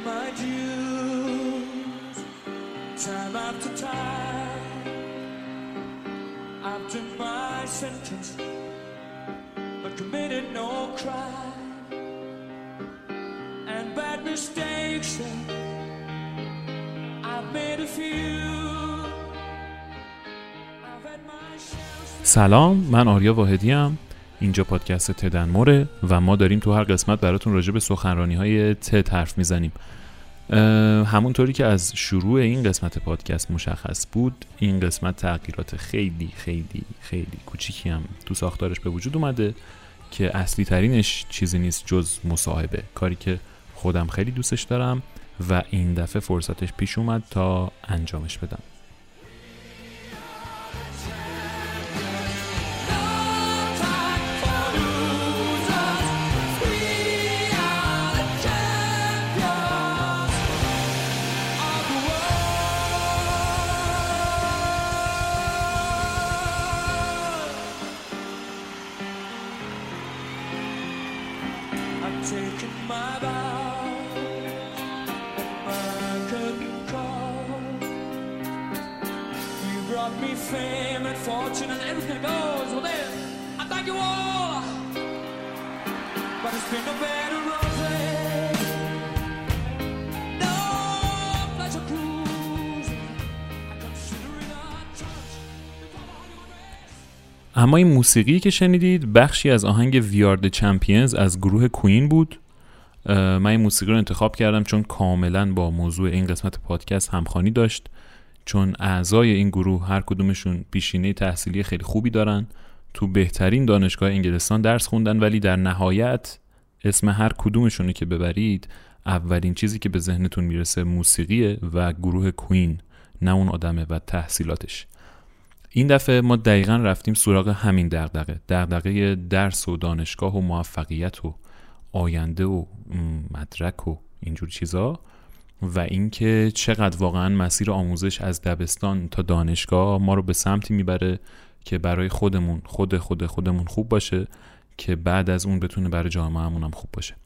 my dues, time after time. I've done my sentence, but committed no crime. And bad mistakes, I've made a few. I've had my share. سلام، من آریا واحدی ام. اینجا پادکست تدنموره و ما داریم تو هر قسمت براتون راجع به سخنرانی‌های تد حرف میزنیم. همونطوری که از شروع این قسمت پادکست مشخص بود، این قسمت تغییرات خیلی خیلی خیلی کوچیکی هم تو ساختارش به وجود اومده که اصلی ترینش چیزی نیست جز مصاحبه، کاری که خودم خیلی دوستش دارم و این دفعه فرصتش پیش اومد تا انجامش بدم. Taking my vow, my curtain call. You brought me fame and fortune and everything goes. Well then, I thank you all. But it's been no bed of roses, no pleasure cruise. I consider it a touch. اما این موسیقی که شنیدید بخشی از آهنگ We Are The Champions از گروه کوین بود. من این موسیقی رو انتخاب کردم چون کاملا با موضوع این قسمت پادکست همخوانی داشت، چون اعضای این گروه هر کدومشون پیشینه تحصیلی خیلی خوبی دارن، تو بهترین دانشگاه انگلستان درس خوندن، ولی در نهایت اسم هر کدومشونو که ببرید اولین چیزی که به ذهنتون میرسه موسیقیه و گروه کوین، نه اون آدمه و تحصیلاتش. این دفعه ما دقیقاً رفتیم سراغ همین دغدغه درس و دانشگاه و موفقیت و آینده و مدرک و اینجور چیزا و اینکه چقدر واقعاً مسیر آموزش از دبستان تا دانشگاه ما رو به سمتی میبره که برای خودمون خوب باشه که بعد از اون بتونه برای جامعه‌مون هم خوب باشه.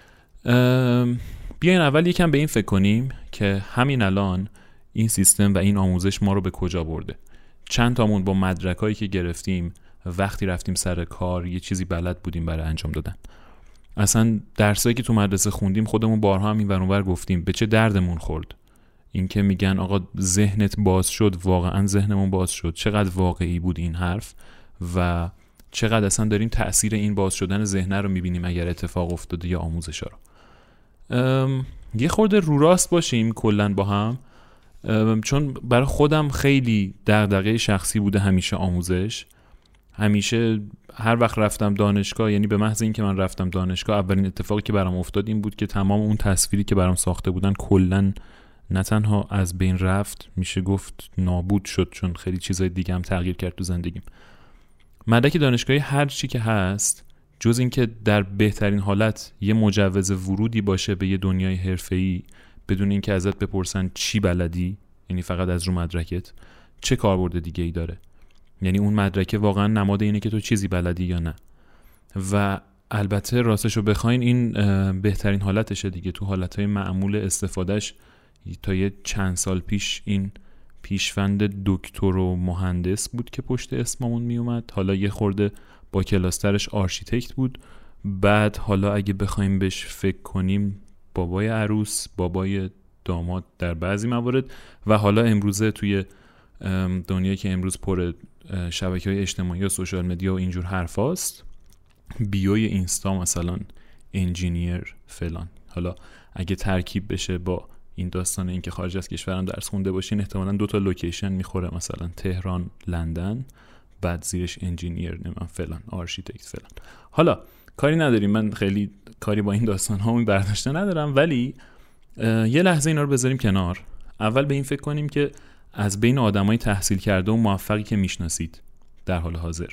بیاین اول یکم به این فکر کنیم که همین الان این سیستم و این آموزش ما رو به کجا برده. چند تامون با مدرکایی که گرفتیم وقتی رفتیم سر کار یه چیزی بلد بودیم برای انجام دادن. اصلا درسایی که تو مدرسه خوندیم خودمون بارها هم این ور اونور گفتیم به چه دردمون خورد. این که میگن آقا ذهنت باز شد، واقعا ذهنمون باز شد. چقدر واقعی بود این حرف و چقدر اصلا داریم تأثیر این باز شدن ذهن رو میبینیم اگر اتفاق افتاده یا آموزشا رو. یه خورده رو راست باشیم کلن با هم، چون برای خودم خیلی دغدغه شخصی بوده همیشه آموزش. همیشه هر وقت رفتم دانشگاه، یعنی به محض اینکه من رفتم دانشگاه، اولین اتفاقی که برام افتاد این بود که تمام اون تصویری که برام ساخته بودن کلن نه تنها از بین رفت، میشه گفت نابود شد، چون خیلی چیزای دیگه هم تغییر کرد تو زندگیم. مدرک دانشگاهی هر چی که هست جز این که در بهترین حالت یه مجوز ورودی باشه به یه دنیای حرفه‌ای بدون اینکه ازت بپرسن چی بلدی، یعنی فقط از رو مدرکت، چه کاربرد دیگه ای داره؟ یعنی اون مدرکه واقعا نماد اینه که تو چیزی بلدی یا نه. و البته راستشو بخواین این بهترین حالتشه دیگه. تو حالتهای معمول استفادهش تا یه چند سال پیش این پیشوند دکتر و مهندس بود که پشت اسممون میومد. حالا یه خورده با کلاسترش آرشیتکت بود. بعد حالا اگه بخوایم بهش فکر کنیم بابای عروس، بابای داماد در بعضی موارد، و حالا امروزه توی دنیایی که امروز پر شبکه‌های اجتماعی و سوشال مدیا و اینجور حرفاست، بیوی اینستا مثلا انجینیر فلان. حالا اگه ترکیب بشه با این داستان این که خارج از کشورم درس خونده باشین، احتمالاً 2 تا لوکیشن میخوره، مثلا تهران، لندن، بعد زیرش انجینیر، نمیدونم فلان، آرشیتکت فلان. حالا کاری نداریم، من خیلی کاری با این داستان ها برداشته ندارم، ولی یه لحظه اینا رو بذاریم کنار. اول به این فکر کنیم که از بین آدمای تحصیل کرده و موفقی که میشناسید در حال حاضر،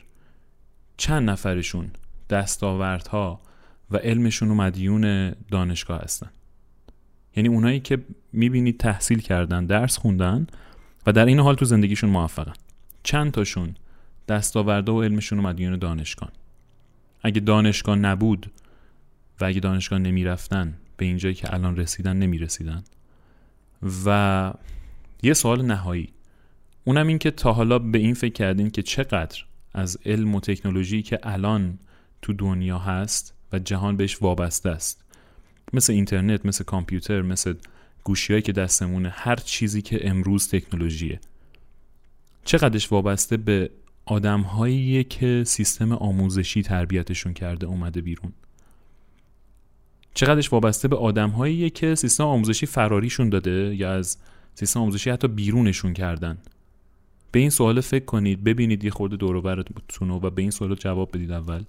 چند نفرشون دستاوردها و علمشون رو مدیون دانشگاه هستن؟ یعنی اونایی که میبینید تحصیل کردن، درس خوندن و در این حال تو زندگیشون موفقن، چند تاشون دستاوردها و علمشون رو مدیون دانشگاه؟ اگه دانشگاه نبود و اگه دانشگاه نمیرفتن به اینجایی که الان رسیدن نمیرسیدن. و یه سوال نهایی، اونم این که تا حالا به این فکر کردین که چقدر از علم و تکنولوژی که الان تو دنیا هست و جهان بهش وابسته است، مثل اینترنت، مثل کامپیوتر، مثل گوشیایی که دستمونه، هر چیزی که امروز تکنولوژیه، چقدرش وابسته به آدم‌هایی که سیستم آموزشی تربیتشون کرده اومده بیرون، چقدرش وابسته به آدم‌هایی که سیستم آموزشی فراریشون داده یا از سیستم آموزشی حتی بیرونشون کردن. به این سوال فکر کنید، ببینید یه خورده دور و برتون و به این سوال جواب بدید. اول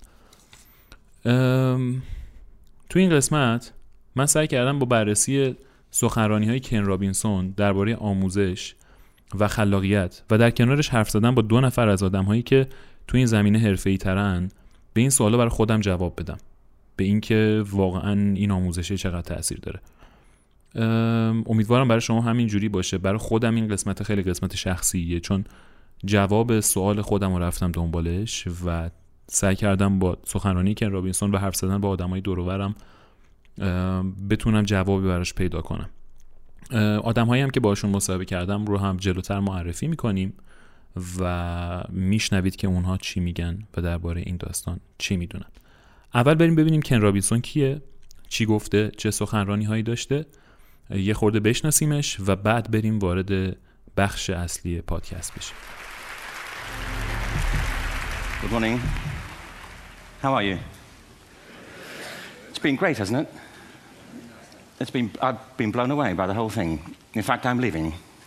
تو این قسمت من سعی کردم با بررسی سخنرانی‌های کن رابینسون درباره آموزش و خلاقیت و در کنارش حرف زدن با 2 نفر از آدم‌هایی که تو این زمینه حرفه‌ای ترن به این سوالا برای خودم جواب بدم، به این که واقعا این آموزش چقدر تأثیر داره. امیدوارم برای شما همین جوری باشه. برای خودم این قسمت خیلی قسمت شخصیه، چون جواب سوال خودم رو رفتم دنبالش و سعی کردم با سخنرانی کن رابینسون و حرف زدن با آدمای دور و برم بتونم جوابی براش پیدا کنم. آدم‌هایی هم که باشون مصاحبه کردم رو هم جلوتر معرفی می‌کنیم و میشنوید که اونها چی میگن و درباره این داستان چی میدونن. اول بریم ببینیم کن رابینسون کیه، چی گفته، چه سخنرانی‌هایی داشته، یه خورده بشناسیمش و بعد بریم وارد بخش اصلی پادکست بشیم. Good morning. How are you? It's been great, hasn't it? I've been blown away by the whole thing. In fact, I'm leaving.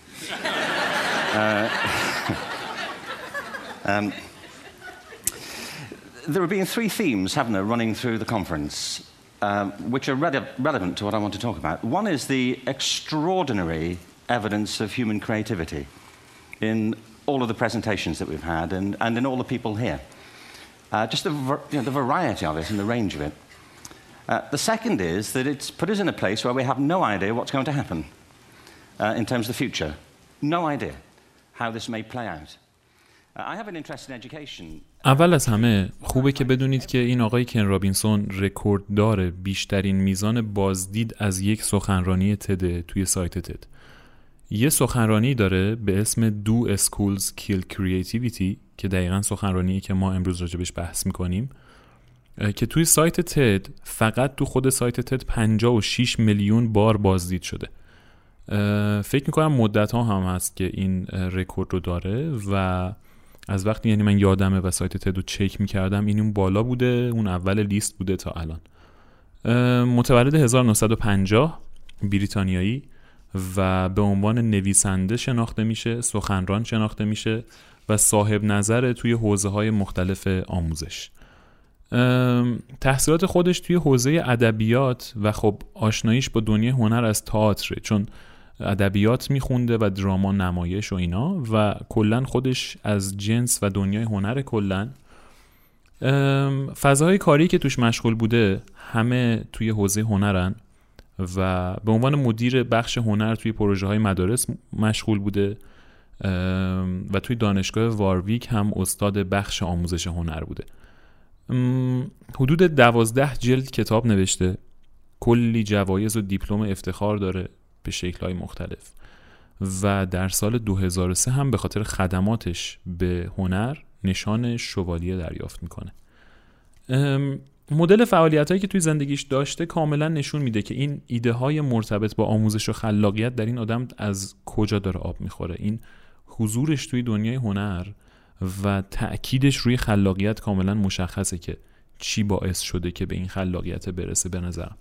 There have been 3 themes, haven't there, running through the conference, which are relevant to what I want to talk about. One is the extraordinary evidence of human creativity in all of the presentations that we've had and in all the people here. Just the variety of it and the range of it. The second is that it's put us in a place where we have no idea what's going to happen in terms of the future. No idea how this may play out. I have an interest in education. اول از همه خوبه که بدونید که این آقای کن رابینسون رکورددار بیشترین میزان بازدید از یک سخنرانی تد توی سایت تد. یه سخنرانی داره به اسم Do Schools Kill Creativity که دقیقاً سخنرانیه که ما امروز راجبش بحث میکنیم، که توی سایت تد فقط تو خود سایت تد 56 میلیون بار بازدید شده. فکر میکنم مدت ها هم هست که این رکورد رو داره و از وقتی یعنی من یادمه و سایت تد رو چک میکردم این اون بالا بوده، اون اول لیست بوده تا الان. متولد 1950 بریتانیایی و به عنوان نویسنده شناخته میشه، سخنران شناخته میشه و صاحب نظر توی حوزه‌های مختلف آموزش. تحصیلات خودش توی حوزه ادبیات و خب آشناییش با دنیای هنر از تئاتر، چون ادبیات میخونده و دراما، نمایش و اینا، و کلن خودش از جنس و دنیای هنر کلن. فضاهای کاری که توش مشغول بوده همه توی حوزه هنرن و به عنوان مدیر بخش هنر توی پروژه های مدارس مشغول بوده و توی دانشگاه وارویک هم استاد بخش آموزش هنر بوده. حدود 12 جلد کتاب نوشته، کلی جوایز و دیپلم افتخار داره به شکل‌های مختلف و در سال 2003 هم به خاطر خدماتش به هنر نشان شوالیه دریافت میکنه. مدل فعالیتایی که توی زندگیش داشته کاملا نشون میده که این ایده های مرتبط با آموزش و خلاقیت در این آدم از کجا داره آب میخوره. این حضورش توی دنیای هنر و تأکیدش روی خلاقیت کاملا مشخصه که چی باعث شده که به این خلاقیت برسه. به نظرم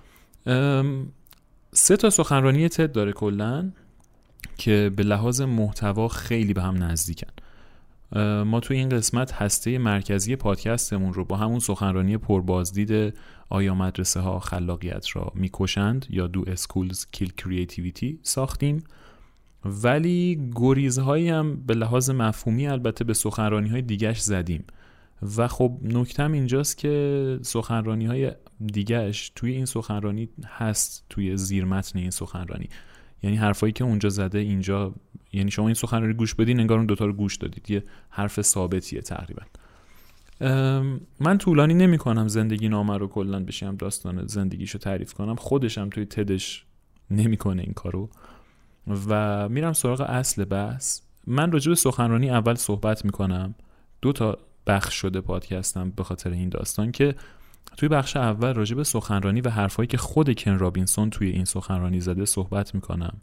3 تا سخنرانی تد داره کلن که به لحاظ محتوا خیلی به هم نزدیکن. ما توی این قسمت هسته مرکزی پادکستمون رو با همون سخنرانی پربازدید آیا مدرسه ها خلاقیت را میکشند یا Do Schools Kill Creativity ساختیم، ولی گریزهایی هم به لحاظ مفهومی البته به سخنرانی های دیگهش زدیم و خب نکتم اینجاست که سخنرانی های دیگهش توی این سخنرانی هست، توی زیر متن این سخنرانی. یعنی حرفایی که اونجا زده اینجا، یعنی شما این سخنرانی گوش بدین انگار اون دوتا رو گوش دادید، یه حرف ثابتیه تقریبا. من طولانی نمی کنم زندگی نامه رو کلن بشم داستان زندگیشو تعریف کنم، خودشم توی تدش نمی کنه این کارو و میرم سراغ اصل بحث. من راجع به سخنرانی اول صحبت می کنم، 2 بخش شده پادکستم به خاطر این داستان که توی بخش اول راجع به سخنرانی و حرفایی که خود کن رابینسون توی این سخنرانی زده صحبت می کنم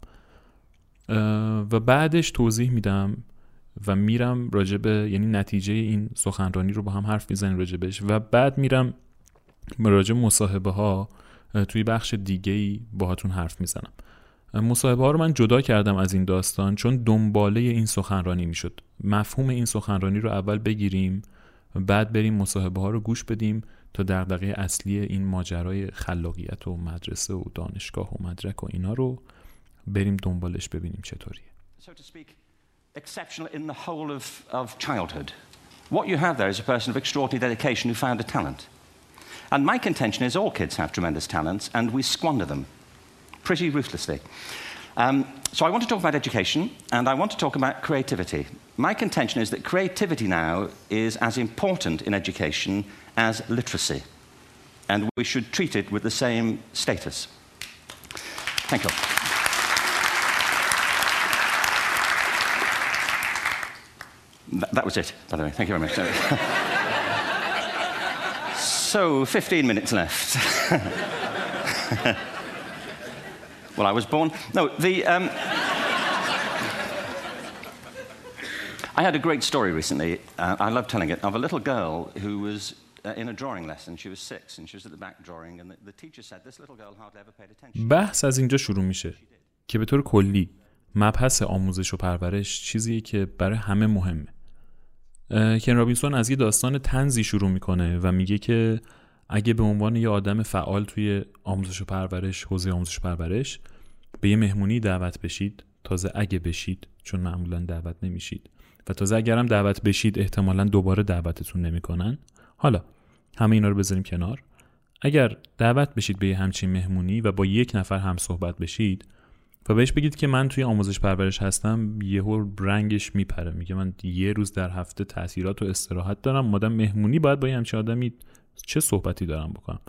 و بعدش توضیح میدم و میرم راجع به یعنی نتیجه این سخنرانی رو با هم حرف میزنیم راجع بهش و بعد میرم راجع به مصاحبه ها توی بخش دیگه‌ای باهاتون حرف میزنم. مصاحبه ها رو من جدا کردم از این داستان چون دنباله این سخنرانی میشد. مفهوم این سخنرانی رو اول بگیریم، بعد بریم مصاحبه ها رو گوش بدیم تا دغدغه اصلی این ماجرای خلاقیت و مدرسه و دانشگاه و مدرک و اینا رو بریم دنبالش ببینیم چطوریه. So to speak, exceptional in the whole of childhood. What you have there is a person of extraordinary dedication who found a talent. And my contention is all kids have tremendous talents and we squander them pretty ruthlessly. So I want to talk about education and I want to talk about creativity. My contention is that creativity now is as important in education as literacy. And we should treat it with the same status. Thank you. That was it, by the way. Thank you very much. So, 15 minutes left. Well, I was born... No, I had a great story recently, I love telling it, of a little girl who was in a drawing lesson. She was 6 and she was at the back drawing and the teacher said this little girl hardly ever paid attention. بحث از اینجا شروع میشه که به طور کلی مبحث آموزش و پرورش چیزیه که برای همه مهمه. کن رابینسون از یه داستان طنزی شروع میکنه و میگه که اگه به عنوان یه آدم فعال توی آموزش و پرورش، حوزه آموزش و پرورش به یه مهمونی دعوت بشید، تازه اگه بشید چون معمولا دعوت نمیشید و تازه اگرم دعوت بشید احتمالاً دوباره دعوتتون نمیکنن. حالا همه اینا رو بذاریم کنار. اگر دعوت بشید به یه همچین مهمونی و با یک نفر هم صحبت بشید و بهش بگید که من توی آموزش پرورش هستم، یهو رنگش میپره، میگه من یه روز در هفته تعطیلات و استراحت دارم، مادام مهمونی باید با یه همچین آدمی چه صحبتی دارم بکنم.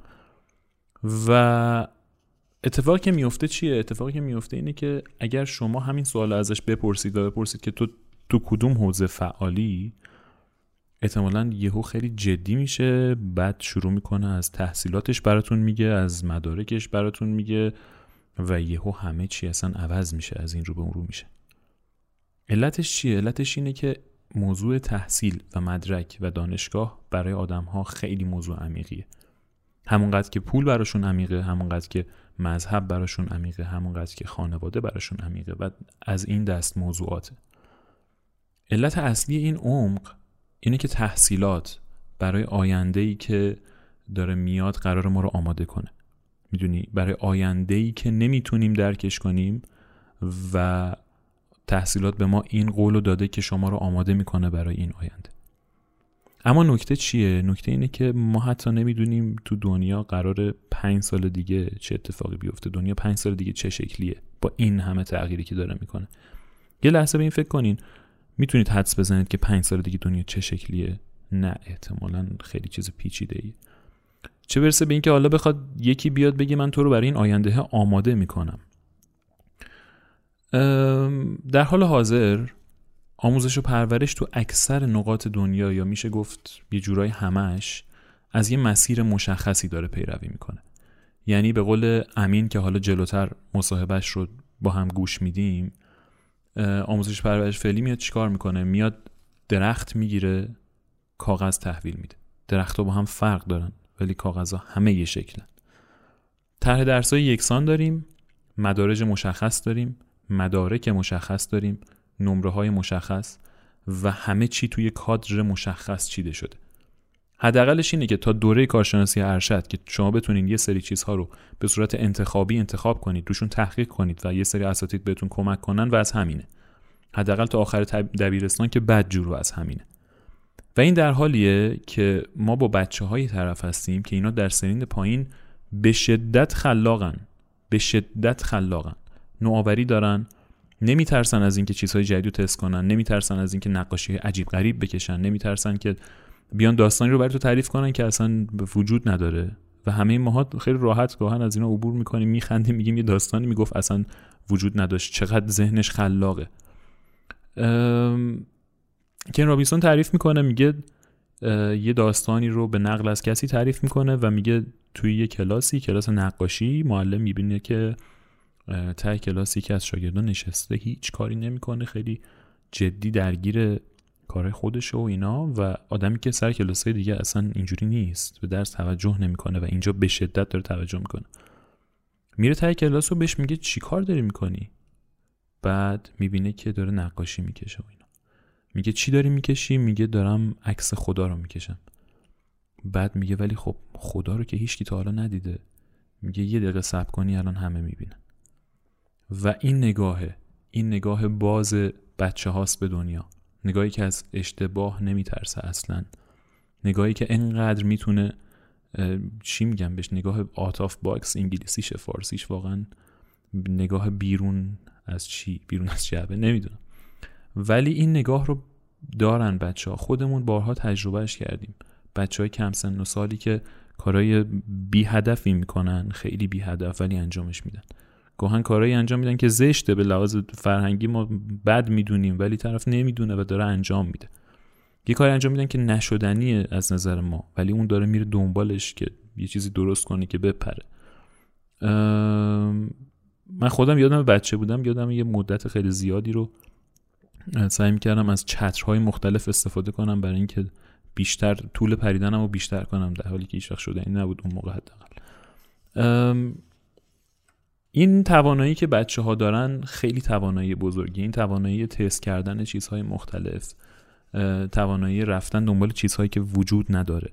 و اتفاقی که میفته چیه؟ اتفاقی که میفته اینه که اگر شما همین سوال ازش بپرسید که تو کدوم حوزه فعالی، احتمالاً یهو خیلی جدی میشه، بعد شروع میکنه از تحصیلاتش براتون میگه، از مدارکش براتون میگه و یهو همه چی اصلا عوض میشه، از این رو به اون رو میشه. علتش چیه؟ علتش اینه که موضوع تحصیل و مدرک و دانشگاه برای آدم‌ها خیلی موضوع عمیقیه. همونقدر که پول براشون عمیقه، همونقدر که مذهب براشون عمیقه، همونقدر که خانواده براشون عمیقه و از این دست موضوعاته. علت اصلی این عمق اینه که تحصیلات برای آینده‌ای که داره میاد قرار ما رو آماده کنه. میدونی، برای آینده‌ای که نمیتونیم درکش کنیم و تحصیلات به ما این قولو داده که شما رو آماده میکنه برای این آینده. اما نکته چیه؟ نکته اینه که ما حتی نمیدونیم تو دنیا قراره 5 سال دیگه چه اتفاقی بیفته، دنیا 5 سال دیگه چه شکلیه با این همه تغییری که داره میکنه. یه لحظه به این فکر کنین، میتونید حدس بزنید که 5 سال دیگه دنیا چه شکلیه؟ نه، احتمالاً خیلی چیز پیچیده‌ایه. چه برسه به این که حالا بخواد یکی بیاد بگه من تو رو برای این آینده آماده میکنم. در حال حاضر آموزش و پرورش تو اکثر نقاط دنیا، یا میشه گفت یه جورای همش، از یه مسیر مشخصی داره پیروی میکنه. یعنی به قول امین که حالا جلوتر مصاحبهش رو با هم گوش میدیم، آموزش پرورش فعلی میاد چیکار میکنه؟ میاد درخت میگیره، کاغذ تحویل میده. درخت‌ها با هم فرق دارن ولی کاغذها همه یه شکلن. طرح درس‌های یکسان داریم، مدارج مشخص داریم، مدارک مشخص داریم، نمره‌های مشخص و همه چی توی کادر مشخص چیده شده. حداقلش اینه که تا دوره کارشناسی ارشد که شما بتونین یه سری چیزها رو به صورت انتخابی انتخاب کنید، روشون تحقیق کنید و یه سری اساتید بهتون کمک کنن و از همینه. حداقل تا آخر دبیرستان که بدجور و از همینه. و این در حالیه که ما با بچه‌های طرف هستیم که اینا در سنین پایین به شدت خلاقن، نوآوری دارن، نمیترسن از اینکه چیزهای جدید رو تست کنن، نمیترسن از اینکه نقاشی عجیب غریب بکشن، نمیترسن که بیان داستانی رو برای تو تعریف کنن که اصلا وجود نداره و همه ماها خیلی راحت گاهن از اینا عبور میکنیم، میخندیم، میگیم یه داستانی میگفت اصلا وجود نداشت. چقدر ذهنش خلاقه. کن رابینسون تعریف میکنه، میگه یه داستانی رو به نقل از کسی تعریف میکنه و میگه توی یه کلاس نقاشی معلم میبینه که ته کلاسی که از شاگردان نشسته هیچ کاری نمیکنه، خیلی جدی درگیر کارهای خودشه و اینا، و آدمی که سر کلاسای دیگه اصلا اینجوری نیست، به درس توجه نمیکنه و اینجا به شدت داره توجه میکنه. میره ته کلاس و بهش میگه چی کار داری میکنی؟ بعد میبینه که داره نقاشی میکشه و اینا. میگه چی داری میکشی؟ میگه دارم عکس خدا رو میکشم. بعد میگه ولی خب خدا رو که هیچکی تا حالا ندیده. میگه یه دقیقه صبر کنی الان همه میبینن. و این نگاه باز بچه هاست به دنیا، نگاهی که از اشتباه نمیترسه اصلا، نگاهی که انقدر میتونه چی میگم بهش، نگاه out of box انگلیسیشه، فارسیش واقعا نگاه بیرون از جعبه نمیدونم، ولی این نگاه رو دارن بچه ها. خودمون بارها تجربهش کردیم، بچه های کم سن و سالی که کارهای بی هدفی میکنن، خیلی بی هدف، ولی انجامش میدن. گاهن کارهایی انجام میدن که زشته، به لحاظ فرهنگی ما بد میدونیم ولی طرف نمیدونه و داره انجام میده. یه کاری انجام میدن که نشدنیه از نظر ما، ولی اون داره میره دنبالش که یه چیزی درست کنه که بپره. من خودم یادم بچه بودم، یادم یه مدت خیلی زیادی رو سعی میکردم از چترهای مختلف استفاده کنم برای اینکه بیشتر طول پریدنم رو بیشتر کنم، در حالی که هیچ وقت شده این نبود اون موقع حداقل. این توانایی که بچه ها دارن خیلی توانایی بزرگی، این توانایی تست کردن چیزهای مختلف، توانایی رفتن دنبال چیزهایی که وجود نداره.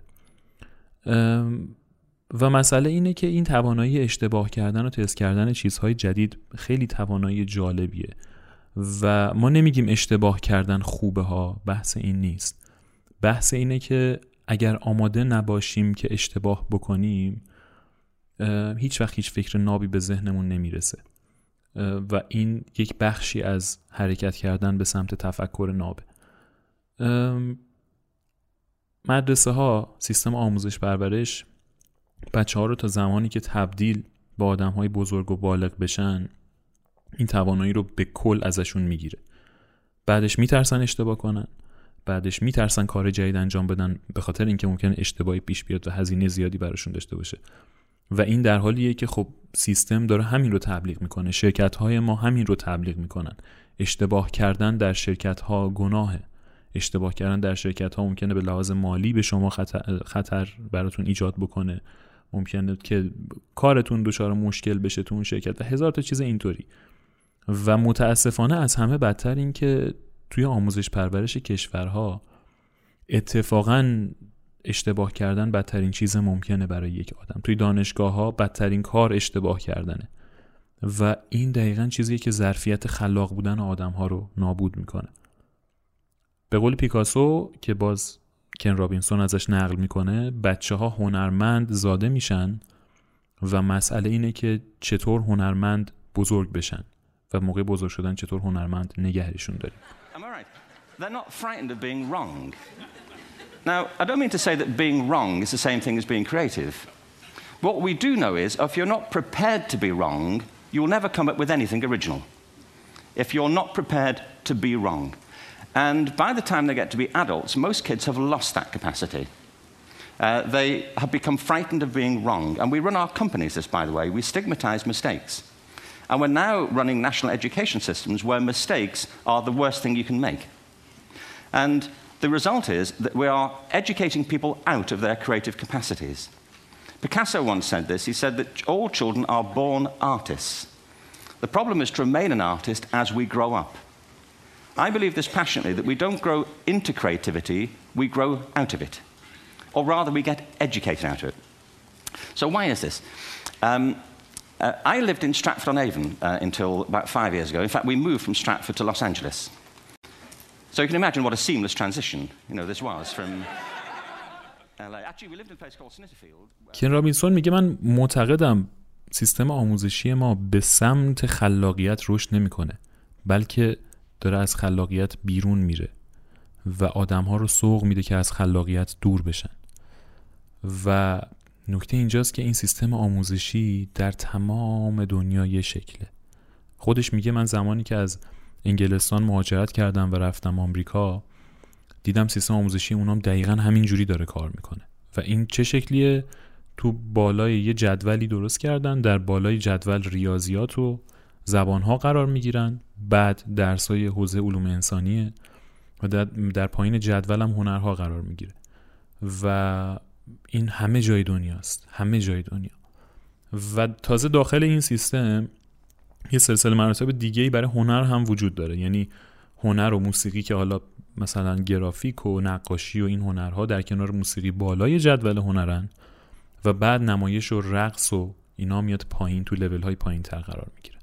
و مسئله اینه که این توانایی اشتباه کردن و تست کردن چیزهای جدید خیلی توانایی جالبیه و ما نمیگیم اشتباه کردن خوبه ها، بحث این نیست. بحث اینه که اگر آماده نباشیم که اشتباه بکنیم، هیچ وقت هیچ فکر نابی به ذهنمون نمیرسه و این یک بخشی از حرکت کردن به سمت تفکر نابه. مدرسه ها، سیستم آموزش پرورش بچه ها رو تا زمانی که تبدیل به آدم های بزرگ و بالغ بشن این توانایی رو به کل ازشون میگیره. بعدش میترسن اشتباه کنن، بعدش میترسن کار جدید انجام بدن به خاطر اینکه ممکنه اشتباهی پیش بیاد و هزینه زیادی براشون داشته باشه. و این در حالیه که خب سیستم داره همین رو تبلیغ میکنه، شرکت‌های ما همین رو تبلیغ میکنن. اشتباه کردن در شرکت‌ها گناهه. اشتباه کردن در شرکت‌ها ممکنه به لحاظ مالی به شما خطر براتون ایجاد بکنه، ممکنه که کارتون دچار مشکل بشه تو اون شرکت و هزار تا چیز اینطوری. و متاسفانه از همه بدتر این که توی آموزش پرورش کشورها اتفاقاً اشتباه کردن بدترین چیز ممکنه برای یک آدم. توی دانشگاه‌ها بدترین کار اشتباه کردنه و این دقیقاً چیزیه که ظرفیت خلاق بودن آدم‌ها رو نابود میکنه. به قول پیکاسو که باز کن رابینسون ازش نقل میکنه، بچه‌ها هنرمند زاده میشن و مسئله اینه که چطور هنرمند بزرگ بشن و موقع بزرگ شدن چطور هنرمند نگهشون داریم. They're not frightened of being wrong. Now, I don't mean to say that being wrong is the same thing as being creative. What we do know is if you're not prepared to be wrong, you'll never come up with anything original. If you're not prepared to be wrong. And by the time they get to be adults, most kids have lost that capacity. They have become frightened of being wrong. And we run our companies this, by the way. We stigmatize mistakes. And we're now running national education systems where mistakes are the worst thing you can make. And the result is that we are educating people out of their creative capacities. Picasso once said this. He said that all children are born artists. The problem is to remain an artist as we grow up. I believe this passionately, that we don't grow into creativity, we grow out of it. Or rather, we get educated out of it. So why is this? I lived in Stratford-on-Avon until about 5 years ago. In fact, we moved from Stratford to Los Angeles. So you can imagine what a seamless transition, this was from LA. Actually, we lived in a place called Snitterfield. کن رابینسون میگه من معتقدم سیستم آموزشی ما به سمت خلاقیت رشد نمیکنه، بلکه داره از خلاقیت بیرون میره و آدم‌ها رو سوق میده که از خلاقیت دور بشن. و نکته اینجاست که این سیستم آموزشی در تمام دنیا یه شکله. خودش میگه من زمانی که از انگلستان مهاجرت کردم و رفتم آمریکا، دیدم سیستم آموزشی اونام دقیقاً همین جوری داره کار میکنه. و این چه شکلیه؟ تو بالای یه جدولی درست کردن، در بالای جدول ریاضیات و زبانها قرار میگیرن، بعد درسای حوزه علوم انسانیه و در پایین جدول هم هنرها قرار میگیره. و این همه جای دنیاست، همه جای دنیا. و تازه داخل این سیستم یه سلسله مراتب دیگه‌ای برای هنر هم وجود داره. یعنی هنر و موسیقی که حالا مثلا گرافیک و نقاشی و این هنرها در کنار موسیقی بالای جدول هنرن و بعد نمایش و رقص و اینا میاد پایین، تو لول های پایین تر قرار میگیره.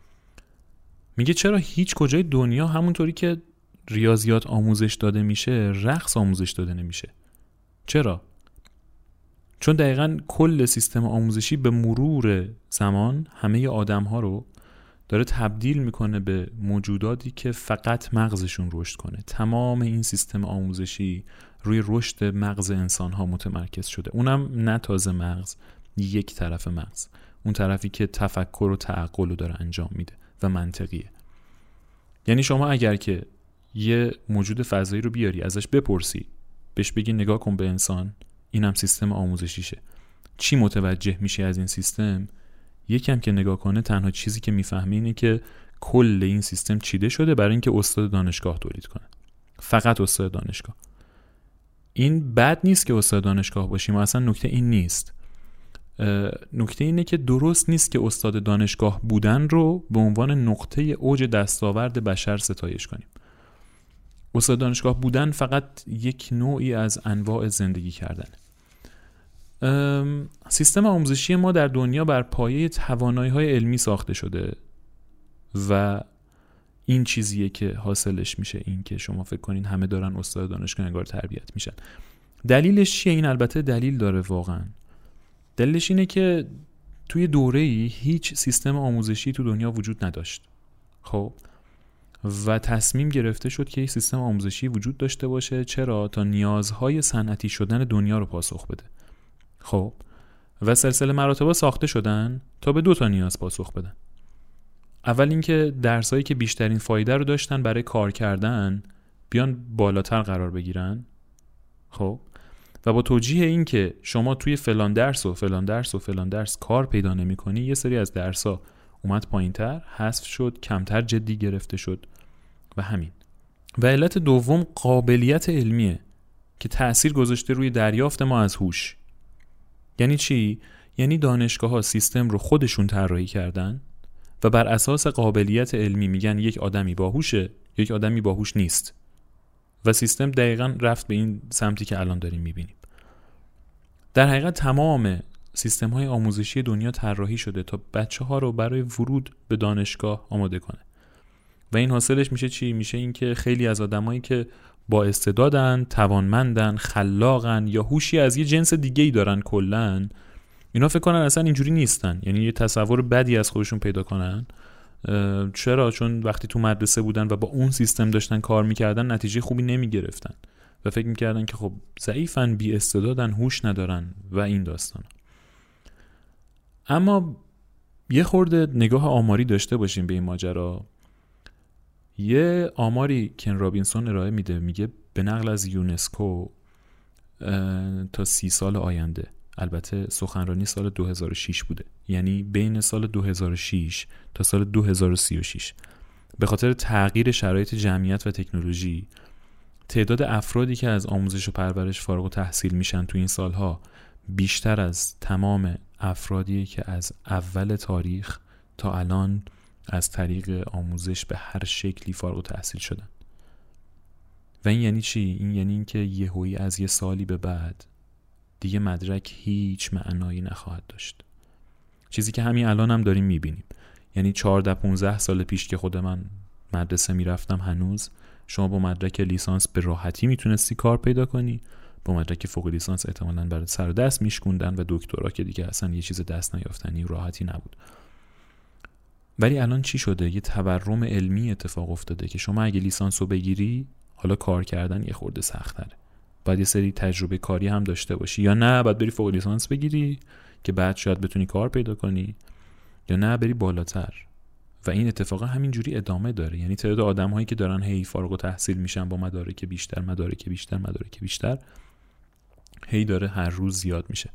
میگه چرا هیچ کجای دنیا همونطوری که ریاضیات آموزش داده میشه رقص آموزش داده نمیشه؟ چرا؟ چون دقیقاً کل سیستم آموزشی به مرور زمان همه آدم ها رو داره تبدیل میکنه به موجوداتی که فقط مغزشون رشد کنه. تمام این سیستم آموزشی روی رشد مغز انسان ها متمرکز شده. اونم نه تازه مغز، یک طرف مغز، اون طرفی که تفکر و تعقل رو داره انجام میده و منطقیه. یعنی شما اگر که یه موجود فضایی رو بیاری ازش بپرسی، بهش بگی نگاه کن به انسان، اینم سیستم آموزشیشه، چی متوجه میشه از این سیستم؟ یکم که نگاه کنه تنها چیزی که میفهمه اینه که کل این سیستم چیده شده برای اینکه استاد دانشگاه تولید کنه. فقط استاد دانشگاه. این بد نیست که استاد دانشگاه باشیم، اصلا نکته این نیست. نکته اینه که درست نیست که استاد دانشگاه بودن رو به عنوان نقطه اوج دستاورد بشر ستایش کنیم. استاد دانشگاه بودن فقط یک نوعی از انواع زندگی کردنه. سیستم آموزشی ما در دنیا بر پایه توانایی‌های علمی ساخته شده و این چیزیه که حاصلش میشه این که شما فکر کنین همه دارن استاد دانشگاه انگار تربیت میشن. دلیلش چیه؟ این البته دلیل داره واقعا. دلیلش اینه که توی دوره‌ای هیچ سیستم آموزشی تو دنیا وجود نداشت. خب و تصمیم گرفته شد که یک سیستم آموزشی وجود داشته باشه. چرا؟ تا نیازهای صنعتی شدن دنیا رو پاسخ بده. خب و سلسله مراتب ساخته شدن تا به 2 نیاز پاسخ بدن. اول اینکه درسایی که بیشترین فایده رو داشتن برای کار کردن بیان بالاتر قرار بگیرن. خب و با توجیه این که شما توی فلان درس و فلان درس و فلان درس کار پیدا نمی‌کنی، یه سری از درس‌ها اومد پایین‌تر، حذف شد، کمتر جدی گرفته شد و همین. و علت دوم قابلیت علمیه که تأثیر گذاشته روی دریافت ما از هوش. یعنی چی؟ یعنی دانشگاه‌ها سیستم رو خودشون طراحی کردن و بر اساس قابلیت علمی میگن یک آدمی باهوشه، یک آدمی باهوش نیست. و سیستم دقیقاً رفت به این سمتی که الان داریم میبینیم. در حقیقت تمام سیستم‌های آموزشی دنیا طراحی شده تا بچه‌ها رو برای ورود به دانشگاه آماده کنه. و این حاصلش میشه چی؟ میشه این که خیلی از آدمایی که با استعدادن، توانمندن، خلاقن یا هوشی از یه جنس دیگه‌ای دارن کلاً، اینا فکر کنن اصلا اینجوری نیستن. یعنی یه تصور بدی از خودشون پیدا کنن. چرا؟ چون وقتی تو مدرسه بودن و با اون سیستم داشتن کار میکردن نتیجه خوبی نمیگرفتن و فکر میکردن که خب ضعیفن، بی استعدادن، هوش ندارن و این داستان. اما یه خورده نگاه آماری داشته باشیم به این ماجرا. یه آماری کن رابینسون ارائه میده، میگه به نقل از یونسکو تا 30 سال آینده، البته سخنرانی سال 2006 بوده، یعنی بین سال 2006 تا سال 2036 به خاطر تغییر شرایط جمعیت و تکنولوژی، تعداد افرادی که از آموزش و پرورش فارغ التحصیل میشن تو این سالها بیشتر از تمام افرادی که از اول تاریخ تا الان از طریق آموزش به هر شکلی فارغ التحصیل شدن. و این یعنی چی؟ این یعنی این که یهویی از یه سالی به بعد دیگه مدرک هیچ معنایی نخواهد داشت. چیزی که همین الان هم داریم میبینیم. یعنی 14-15 سال پیش که خود من مدرسه میرفتم، هنوز شما با مدرک لیسانس به راحتی میتونستی کار پیدا کنی، با مدرک فوق لیسانس احتمالاً برات سر و دست میشکوندن و دکترا که دیگه اصلا یه چیز دست نیافتنی راحتی نبود. ولی الان چی شده؟ یه تورم علمی اتفاق افتاده که شما اگه لیسانس رو بگیری حالا کار کردن یه خورده سخت‌تره. باید یه سری تجربه کاری هم داشته باشی، یا نه باید بری فوق لیسانس بگیری که بعد شاید بتونی کار پیدا کنی، یا نه بری بالاتر. و این اتفاقا همینجوری ادامه داره. یعنی تعداد آدم‌هایی که دارن هی فارغ التحصیل میشن با مدارک بیشتر هی داره هر روز زیاد میشه.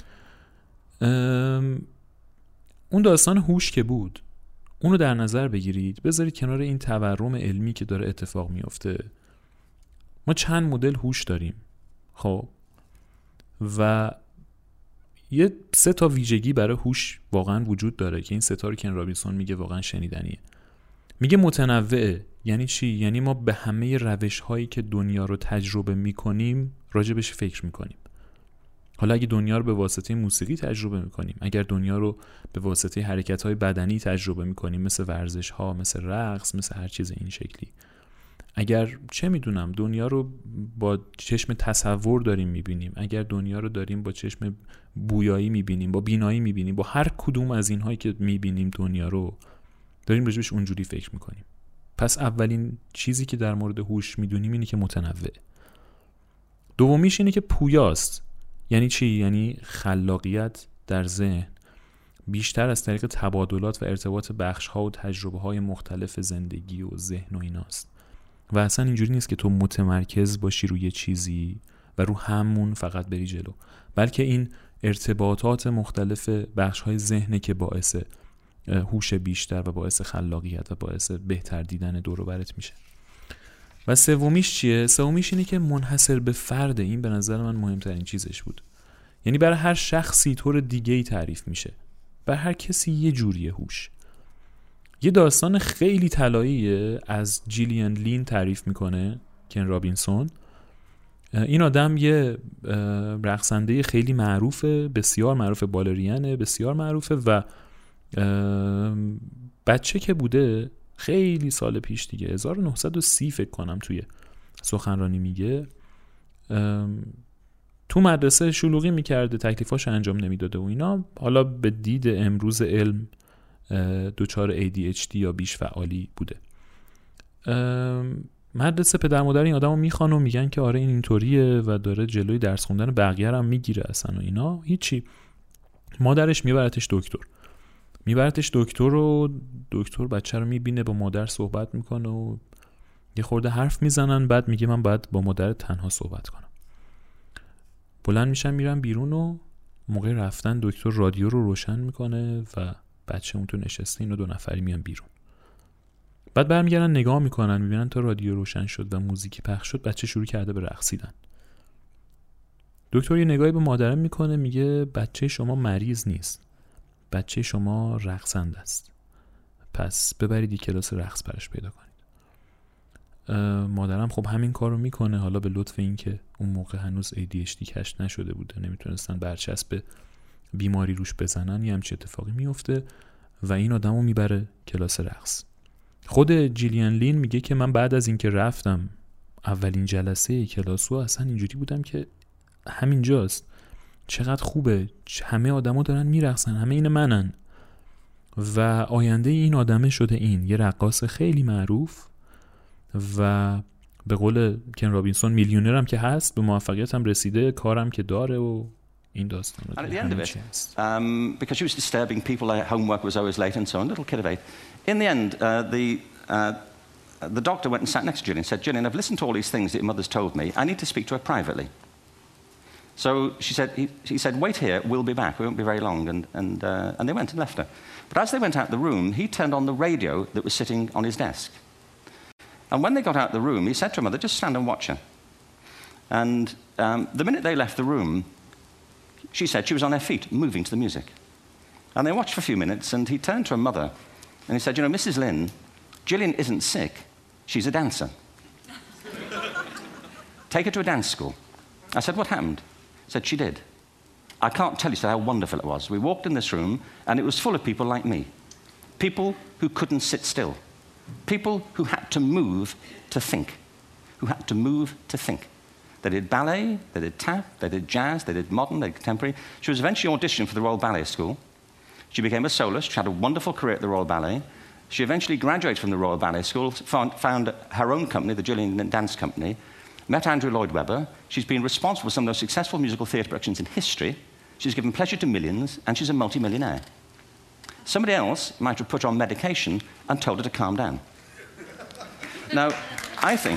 اون داستان هوش که بود، اونو در نظر بگیرید، بذارید کنار این تورم علمی که داره اتفاق میفته. ما چند مدل هوش داریم، خب، و یه 3 تا ویژگی برای هوش واقعا وجود داره که این 3 تا رو کن رابینسون میگه واقعا شنیدنیه. میگه متنوعه. یعنی چی؟ یعنی ما به همه روش هایی که دنیا رو تجربه میکنیم راجبش فکر میکنیم. حالا اگه دنیا رو به واسطه موسیقی تجربه میکنیم، اگر دنیا رو به واسطه حرکت های بدنی تجربه میکنیم، مثل ورزش ها، مثل رقص، مثل هر چیز این شکلی، اگر چه میدونم دنیا رو با چشم تصور داریم میبینیم، اگر دنیا رو داریم با چشم بویایی میبینیم، با بینایی میبینیم، با هر کدوم از اینهایی که میبینیم دنیا رو داریم راجبش اونجوری فکر میکنیم. پس اولین چیزی که در مورد هوش میدونیم اینه که متنوع. دومیش اینه که پویاست. یعنی چی؟ یعنی خلاقیت در ذهن بیشتر از طریق تبادلات و ارتباط بخش‌ها و تجربه‌های مختلف زندگی و ذهن و ایناست. و اصلا اینجوری نیست که تو متمرکز باشی روی چیزی و رو همون فقط بری جلو، بلکه این ارتباطات مختلف بخش‌های ذهن که باعث هوش بیشتر و باعث خلاقیت و باعث بهتر دیدن دور و برت میشه. و سومیش چیه؟ سومیش اینه که منحصر به فرد. این به نظر من مهمترین چیزش بود. یعنی برای هر شخصی طور دیگه‌ای تعریف میشه، برای هر کسی یه جوریه هوش. یه داستان خیلی طلاییه از جیلیان لین تعریف میکنه کن رابینسون. این آدم یه رقصنده خیلی معروفه، بسیار معروفه، بالرینه بسیار معروفه، و بچه که بوده خیلی سال پیش دیگه 1930 فکر کنم توی سخنرانی میگه تو مدرسه شلوغی میکرده، تکلیفاش انجام نمیداده و اینا. حالا به دید امروز علم دچار ADHD یا بیش فعالی بوده. مدرسه پدر مادر این آدمو میخوان و میگن که آره این اینطوریه و داره جلوی درس خوندن بقیه هم میگیره اصلا و اینا. هیچی. مادرش میبرتش دکتر و دکتر بچه رو میبینه، با مادر صحبت میکنه و یه خورده حرف میزنن. بعد میگه من باید با مادر تنها صحبت کنم. بلند میشن میرن بیرون و موقع رفتن دکتر رادیو رو روشن میکنه و بچه اون تو نشسته، اینو 2 نفری میان بیرون. بعد برمیگردن نگاه میکنن، میبینن تا رادیو روشن شد و موزیکی پخش شد، بچه شروع کرده به رقصیدن. دکتر یه نگاهی به مادرم میکنه، میگه بچه شما مریض نیست، بچه شما رقصنده است، پس ببرید یک کلاس رقص براش پیدا کنید. مادرم خب همین کارو میکنه. حالا به لطف این که اون موقع هنوز ADHD کشف نشده بوده، نمیتونستن برچسب بیماری روش بزنن، یه همچین اتفاقی میفته و این آدمو میبره کلاس رقص. خود جیلیان لین میگه که من بعد از اینکه رفتم اولین جلسه کلاسو اصلا اینجوری بودم که همینجاست، چقدر خوبه، همه آدما دارن میرقصن، همه این منن. و آینده این آدمه شده این یه رقاص خیلی معروف و به قول کن رابینسون میلیونرم که هست، به موفقیت هم رسیده، کارم که داره و این داستان. And at the end of it, because she was disturbing people, homework was always late and so on, little kid of 8. In the end, the doctor went and sat next to Gillian and said, Gillian, I've listened to all these things that your mother's told me. I need to speak to her privately. So he said, wait here, we'll be back. We won't be very long. And they went and left her. But as they went out the room, he turned on the radio that was sitting on his desk. And when they got out the room, he said to her mother, just stand and watch her. And the minute they left the room, she said she was on her feet, moving to the music. And they watched for a few minutes, and he turned to her mother, and he said, you know, Mrs. Lynn, Gillian isn't sick. She's a dancer. Take her to a dance school. I said, what happened? He said, she did. I can't tell you how wonderful it was. We walked in this room, and it was full of people like me. People who couldn't sit still. People who had to move to think. Who had to move to think. They did ballet, they did tap, they did jazz, they did modern, they did contemporary. She was eventually auditioned for the Royal Ballet School. She became a soloist. She had a wonderful career at the Royal Ballet. She eventually graduated from the Royal Ballet School, found her own company, the Gillian Dance Company, met Andrew Lloyd Webber. She's been responsible for some of the most successful musical theatre productions in history. She's given pleasure to millions, and she's a multi-millionaire. Somebody else might have put her on medication and told her to calm down. Now, I think...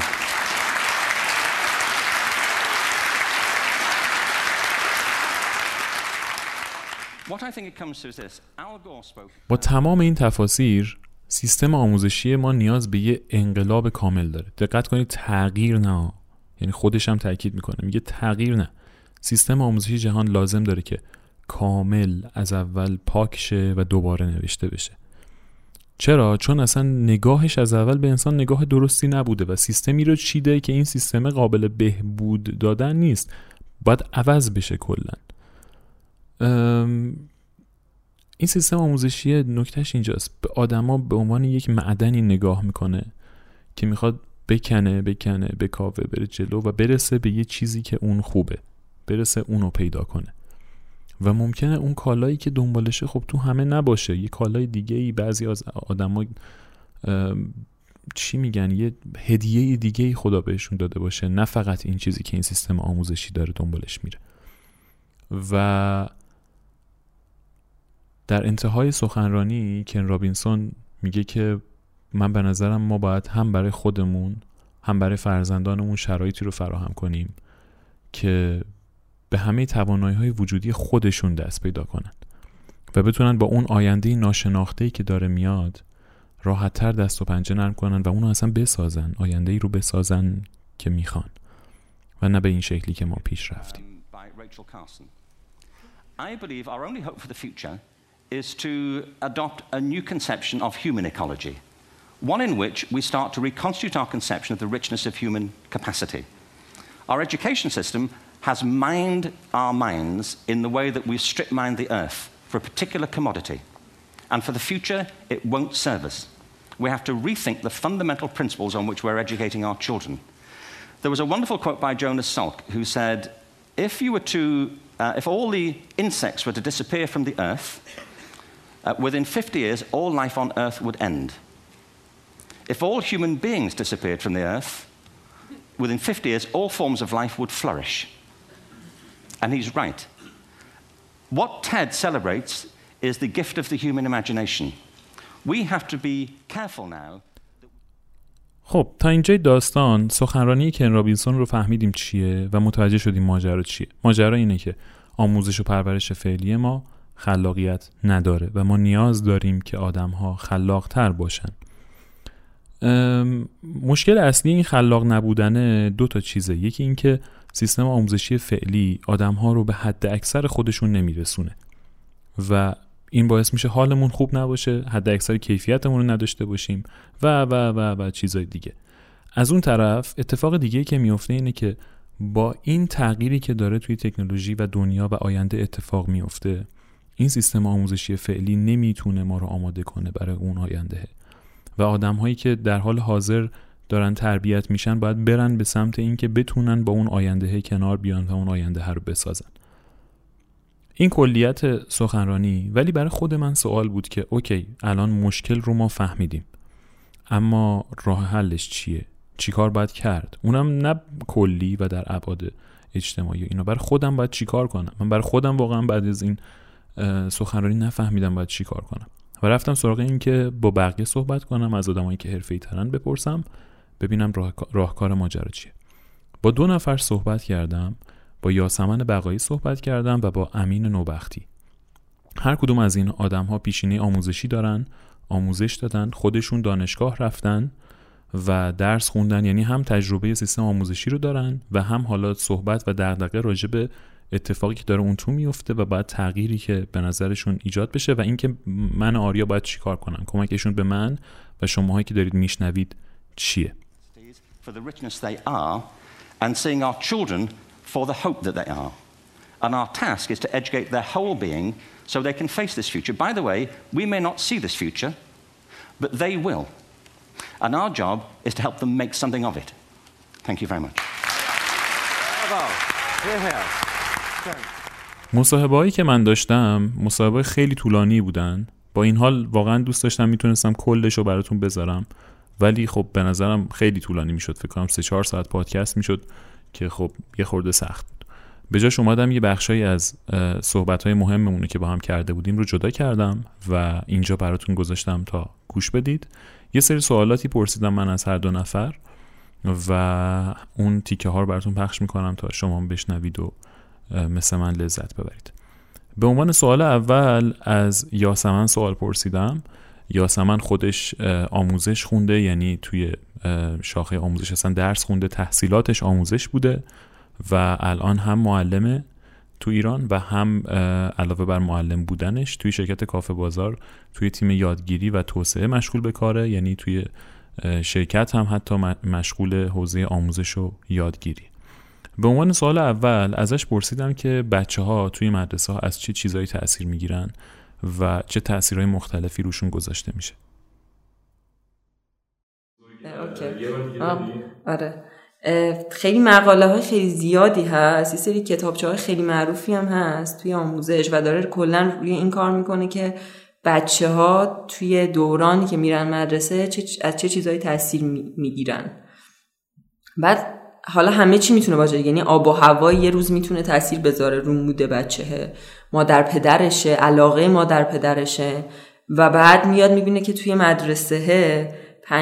What I think it comes to is this. Al Gore spoke... با تمام این تفاسیر سیستم آموزشی ما نیاز به یه انقلاب کامل داره. دقت کنید، تغییر نه، یعنی خودش هم تاکید میکنه، میگه تغییر نه. سیستم آموزشی جهان لازم داره که کامل از اول پاک شه و دوباره نوشته بشه. چرا؟ چون اصلا نگاهش از اول به انسان نگاه درستی نبوده و سیستمی رو چیده که این سیستم قابل بهبود دادن نیست، باید عوض بشه کلا. این سیستم آموزشی نکتهش اینجاست، به آدما به عنوان یک معدنی نگاه میکنه که میخواد بکنه بکاوه، بره جلو و برسه به یه چیزی که اون خوبه، برسه اونو پیدا کنه. و ممکنه اون کالایی که دنبالشه خب تو همه نباشه، یه کالای دیگه ای بعضی از آدما چی میگن، یه هدیه دیگه ای خدا بهشون داده باشه، نه فقط این چیزی که این سیستم آموزشی داره دنبالش میره. و در انتهای سخنرانی کن رابینسون میگه که من به نظرم ما باید هم برای خودمون هم برای فرزندانمون شرایطی رو فراهم کنیم که به همه توانایی‌های وجودی خودشون دست پیدا کنن و بتونن با اون آینده ناشناخته‌ای که داره میاد راحت‌تر دست و پنجه نرم کنن و اونو اصلا بسازن، آینده‌ای رو بسازن که میخوان و نه به این شکلی که ما پیش رفتیم. I believe our only hope for the future is to adopt a new conception of human ecology, one in which we start to reconstitute our conception of the richness of human capacity. Our education system has mined our minds in the way that we've strip mined the earth for a particular commodity, and for the future it won't serve us. We have to rethink the fundamental principles on which we're educating our children. There was a wonderful quote by Jonas Salk who said, if all the insects were to disappear from the earth, within 50 years, all life on earth would end. If all human beings disappeared from the earth, within 50 years, all forms of life would flourish. And he's right. What TED celebrates is the gift of the human imagination. We have to be careful now. خب تا اینجای داستان سخنرانی کن رابینسون رو فهمیدیم چیه و متوجه شدیم ماجرا چیه. ماجرا اینه که آموزش و پرورش فعلی ما خلاقیت نداره و ما نیاز داریم که آدم‌ها خلاق‌تر باشن. مشکل اصلی این خلاق نبودن دو تا چیزه. یکی این که سیستم آموزشی فعلی آدم‌ها رو به حد اکثر خودشون نمیرسونه و این باعث میشه حالمون خوب نباشه، حد اکثر کیفیتمون رو نداشته باشیم و چیزای دیگه. از اون طرف اتفاق دیگه که میفته اینه که با این تغییری که داره توی تکنولوژی و دنیا و آینده اتفاق میفته، این سیستم آموزشی فعلی نمیتونه ما رو آماده کنه برای اون آینده و آدم‌هایی که در حال حاضر دارن تربیت میشن باید برن به سمت این که بتونن با اون آینده کنار بیان و اون آینده رو بسازن. این کلیت سخنرانی. ولی برای خود من سوال بود که اوکی الان مشکل رو ما فهمیدیم، اما راه حلش چیه؟ چیکار باید کرد؟ اونم نه کلی و در ابعاد اجتماعی. اینا برای خودم باید چیکار کنم؟ من برای خودم واقعا بعد از این سخنرانی نفهمیدم باید چیکار کنم و رفتم سراغ این که با بقیه صحبت کنم، از آدمایی که حرفه‌ای ترن بپرسم ببینم راهکار ماجرا چیه. با 2 نفر صحبت کردم، با یاسمن بقایی صحبت کردم و با امین نوبختی. هر کدوم از این آدم‌ها پیشینه آموزشی دارن، آموزش دادن، خودشون دانشگاه رفتن و درس خوندن، یعنی هم تجربه سیستم آموزشی رو دارن و هم حالا صحبت و دغدغه راجع به اتفاقی که داره اون تو میفته و بعد تغییری که به نظرشون ایجاد بشه و اینکه من آریا باید چیکار کنم، کمکشون به من و شماهایی که دارید میشنوید چیه. For the richness they are and seeing our children for the hope that they are. And our task is to educate their whole being so they can face this future. By the way, we may not see this future, but they will. And our job is to help them make something of it. Thank you very much. مصاحبه‌هایی که من داشتم مصاحبه خیلی طولانی بودن، با این حال واقعا دوست داشتم میتونستم کلش رو براتون بذارم، ولی خب به نظرم خیلی طولانی میشد. فکر کنم 3-4 ساعت پادکست میشد که خب یه خورده سخت بود. به جاش اومدم یه بخشایی از صحبت‌های مهممونه که با هم کرده بودیم رو جدا کردم و اینجا براتون گذاشتم تا گوش بدید. یه سری سوالاتی پرسیدم من از هر دو نفر و اون تیکه ها رو براتون پخش میکنم تا شما بشنوید و مثل من لذت ببرید. به عنوان سوال اول از یاسمن سوال پرسیدم. یاسمن خودش آموزش خونده، یعنی توی شاخه آموزش اصلا درس خونده، تحصیلاتش آموزش بوده و الان هم معلمه تو ایران و هم علاوه بر معلم بودنش توی شرکت کافه بازار توی تیم یادگیری و توسعه مشغول به کاره، یعنی توی شرکت هم حتی مشغول حوزه آموزش و یادگیری. به عنوان سوال اول ازش پرسیدم که بچه‌ها توی مدرسه ها از چه چیزایی تأثیر میگیرن و چه تأثیرهای مختلفی روشون گذاشته میشه. آره، خیلی مقاله های خیلی زیادی هست، یه سری کتابچه های خیلی معروفی هم هست توی آموزش و داره کلا روی این کار میکنه که بچه ها توی دورانی که میرن مدرسه از چه چیزایی تأثیر میگیرن. بعد حالا همه چی میتونه باشه، یعنی آب و هوا یه روز میتونه تأثیر بذاره رو مود بچه‌ه، مادر پدرشه، علاقه مادر پدرشه و بعد میاد میبینه که توی مدرسه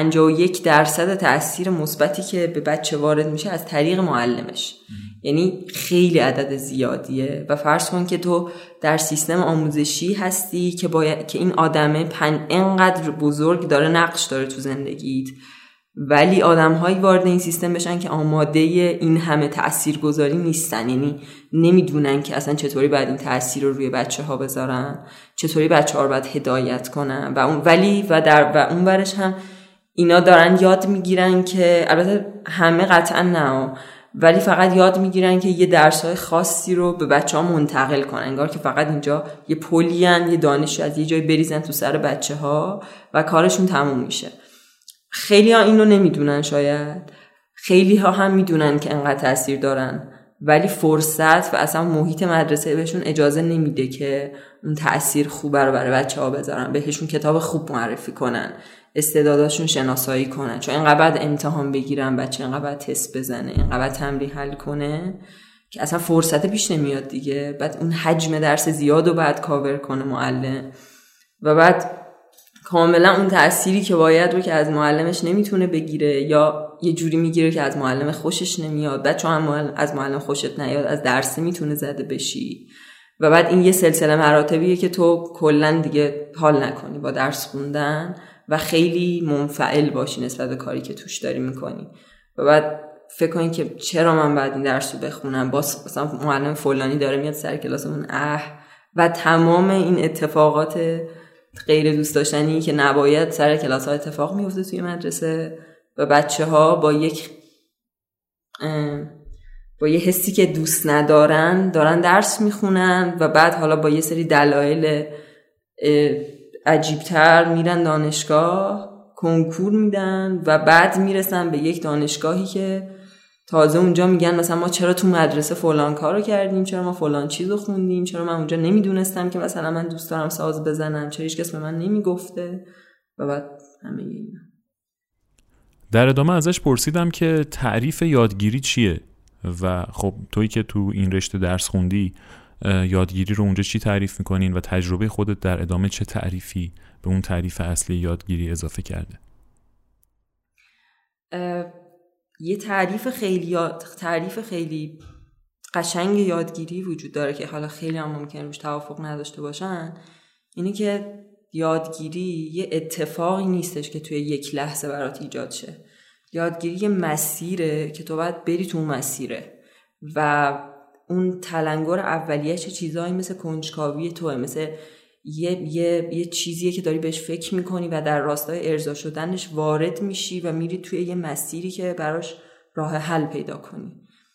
51% تأثیر مثبتی که به بچه وارد میشه از طریق معلمش. یعنی خیلی عدد زیادیه و فرض کن که تو در سیستم آموزشی هستی که که این آدمه اینقدر بزرگ داره نقش داره تو زندگیت، ولی آدم‌هایی وارد این سیستم بشن که آماده این همه تاثیرگذاری نیستن، یعنی نمیدونن که اصلا چطوری باید این تاثیر رو روی بچه‌ها بذارن، چطوری بچه‌ها رو باید هدایت کنن و اون ورش هم اینا دارن یاد میگیرن که البته همه قطعا نه، ولی فقط یاد میگیرن که یه درس‌های خاصی رو به بچه‌ها منتقل کنن، انگار که فقط اینجا یه پلی‌ان، یه دانشو از یه جای بریزن تو سر بچه‌ها و کارشون تموم میشه. خیلی ها این رو نمیدونن، شاید خیلی ها هم میدونن که انقدر تأثیر دارن، ولی فرصت و اصلا محیط مدرسه بهشون اجازه نمیده که اون تأثیر خوب رو برای بچه ها بذارن، بهشون کتاب خوب معرفی کنن، استعداداشون شناسایی کنن، چون اینقدر باید امتحان بگیرن بچه، اینقدر باید تست بزنه، اینقدر باید تمرین حل کنه که اصلا فرصت پیش نمیاد دیگه. بعد اون حجم درس زیاد رو باید کاور کنه معلم و بعد کاملا اون تأثیری که باید رو که از معلمش نمیتونه بگیره یا یه جوری میگیره که از معلم خوشش نمیاد. بعد چون از معلم خوشت نیاد از درس میتونه زده بشی و بعد این یه سلسله مراتبیه که تو کلا دیگه حال نکنی با درس خوندن و خیلی منفعل باشی نسبت به کاری که توش داری میکنی و بعد فکر کنی که چرا من باید این درس رو بخونم، باز مثلا معلم فلانی داره میاد سر کلاسمون و تمام این اتفاقات غیر دوست داشتنی که نباید سر کلاس ها اتفاق میفته توی مدرسه و بچه ها با یه حسی که دوست ندارن دارن درس میخونن و بعد حالا با یه سری دلایل عجیبتر میرن دانشگاه کنکور میدن و بعد میرسن به یک دانشگاهی که تازه اونجا میگن مثلا ما چرا تو مدرسه فلان کارو کردیم، چرا ما فلان چیزو خوندیم، چرا من اونجا نمیدونستم که مثلا من دوست دارم ساز بزنم، چرا هیچ کس به من نمیگفته و بعد همه اینا. در ادامه ازش پرسیدم که تعریف یادگیری چیه و خب تویی که تو این رشته درس خوندی یادگیری رو اونجا چی تعریف میکنین و تجربه خودت در ادامه چه تعریفی به اون تعریف اصلی یادگیری اضافه کرده؟ یه تعریف خیلی قشنگ یادگیری وجود داره که حالا خیلی هم ممکنه روش توافق نداشته باشن، اینه که یادگیری یه اتفاقی نیستش که توی یک لحظه برات ایجاد شه. یادگیری یه مسیره که تو باید بری تو اون مسیره و اون تلنگر اولیه چه چیزایی مثل کنجکاوی توه، مثل یه چیزیه که داری بهش فکر میکنی و در راستای ارضا شدنش وارد میشی و میری توی یه مسیری که براش راه حل پیدا کنی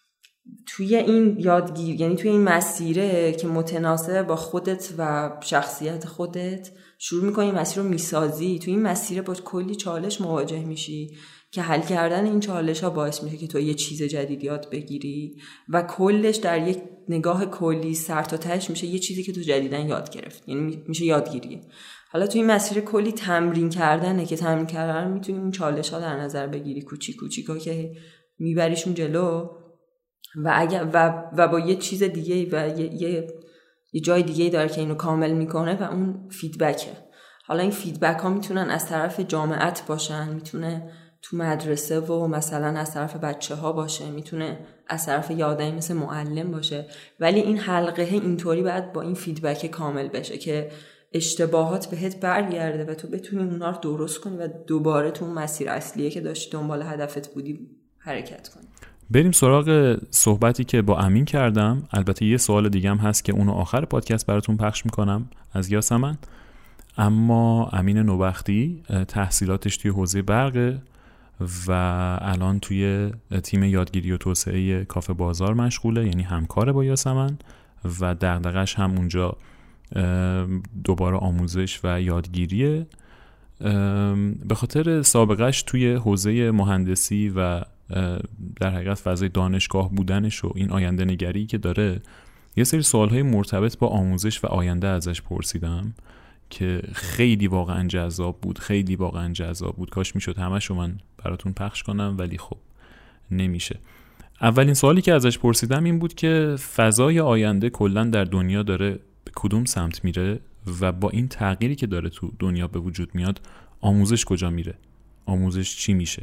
توی این یادگیر، یعنی توی این مسیره که متناسب با خودت و شخصیت خودت شروع میکنی مسیر رو میسازی، توی این مسیره با کلی چالش مواجه میشی که حل کردن این چالش ها باعث میشه که تو یه چیز جدید یاد بگیری و کلش در یک نگاه کلی سر تا تهش میشه یه چیزی که تو جدیدن یاد گرفت، یعنی میشه یادگیریه. حالا توی این مسیر کلی تمرین کردنه که تمرین کردن میتونی این چالش ها در نظر بگیری، کوچیک کوچیکا که میبریشون جلو و اگر و با یه چیز دیگه و یه جای دیگه داره که اینو کامل میکنه و اون فیدبکه. حالا این فیدبک ها میتونن از طرف جامعت باشن، میتونه تو مدرسه و مثلا از طرف بچه ها باشه، میتونه از طرف یادگیری مثل معلم باشه، ولی این حلقه اینطوری باید با این فیدبک کامل بشه که اشتباهات بهت برگرده و تو بتونی اونا رو درست کنی و دوباره تو اون مسیر اصلیه که داشتی دنبال هدفت بودی حرکت کنی. بریم سراغ صحبتی که با امین کردم. البته یه سوال دیگه هم هست که اونو آخر پادکست براتون پخش میکنم از یاسمن. اما امین نوبختی تحصیلاتش توی حوزه برقه و الان توی تیم یادگیری و توسعه کافه بازار مشغوله، یعنی همکاره با یاسمن و دغدغش هم اونجا دوباره آموزش و یادگیریه. به خاطر سابقهش توی حوزه مهندسی و در حقیقت فضای دانشگاه بودنش و این آینده نگری که داره، یه سری سوالهای مرتبط با آموزش و آینده ازش پرسیدم که خیلی واقعا جذاب بود. کاش میشد همشو من براتون پخش کنم ولی خب نمیشه. اولین سوالی که ازش پرسیدم این بود که فضای آینده کلن در دنیا داره به کدوم سمت میره و با این تغییری که داره تو دنیا به وجود میاد آموزش کجا میره؟ آموزش چی میشه؟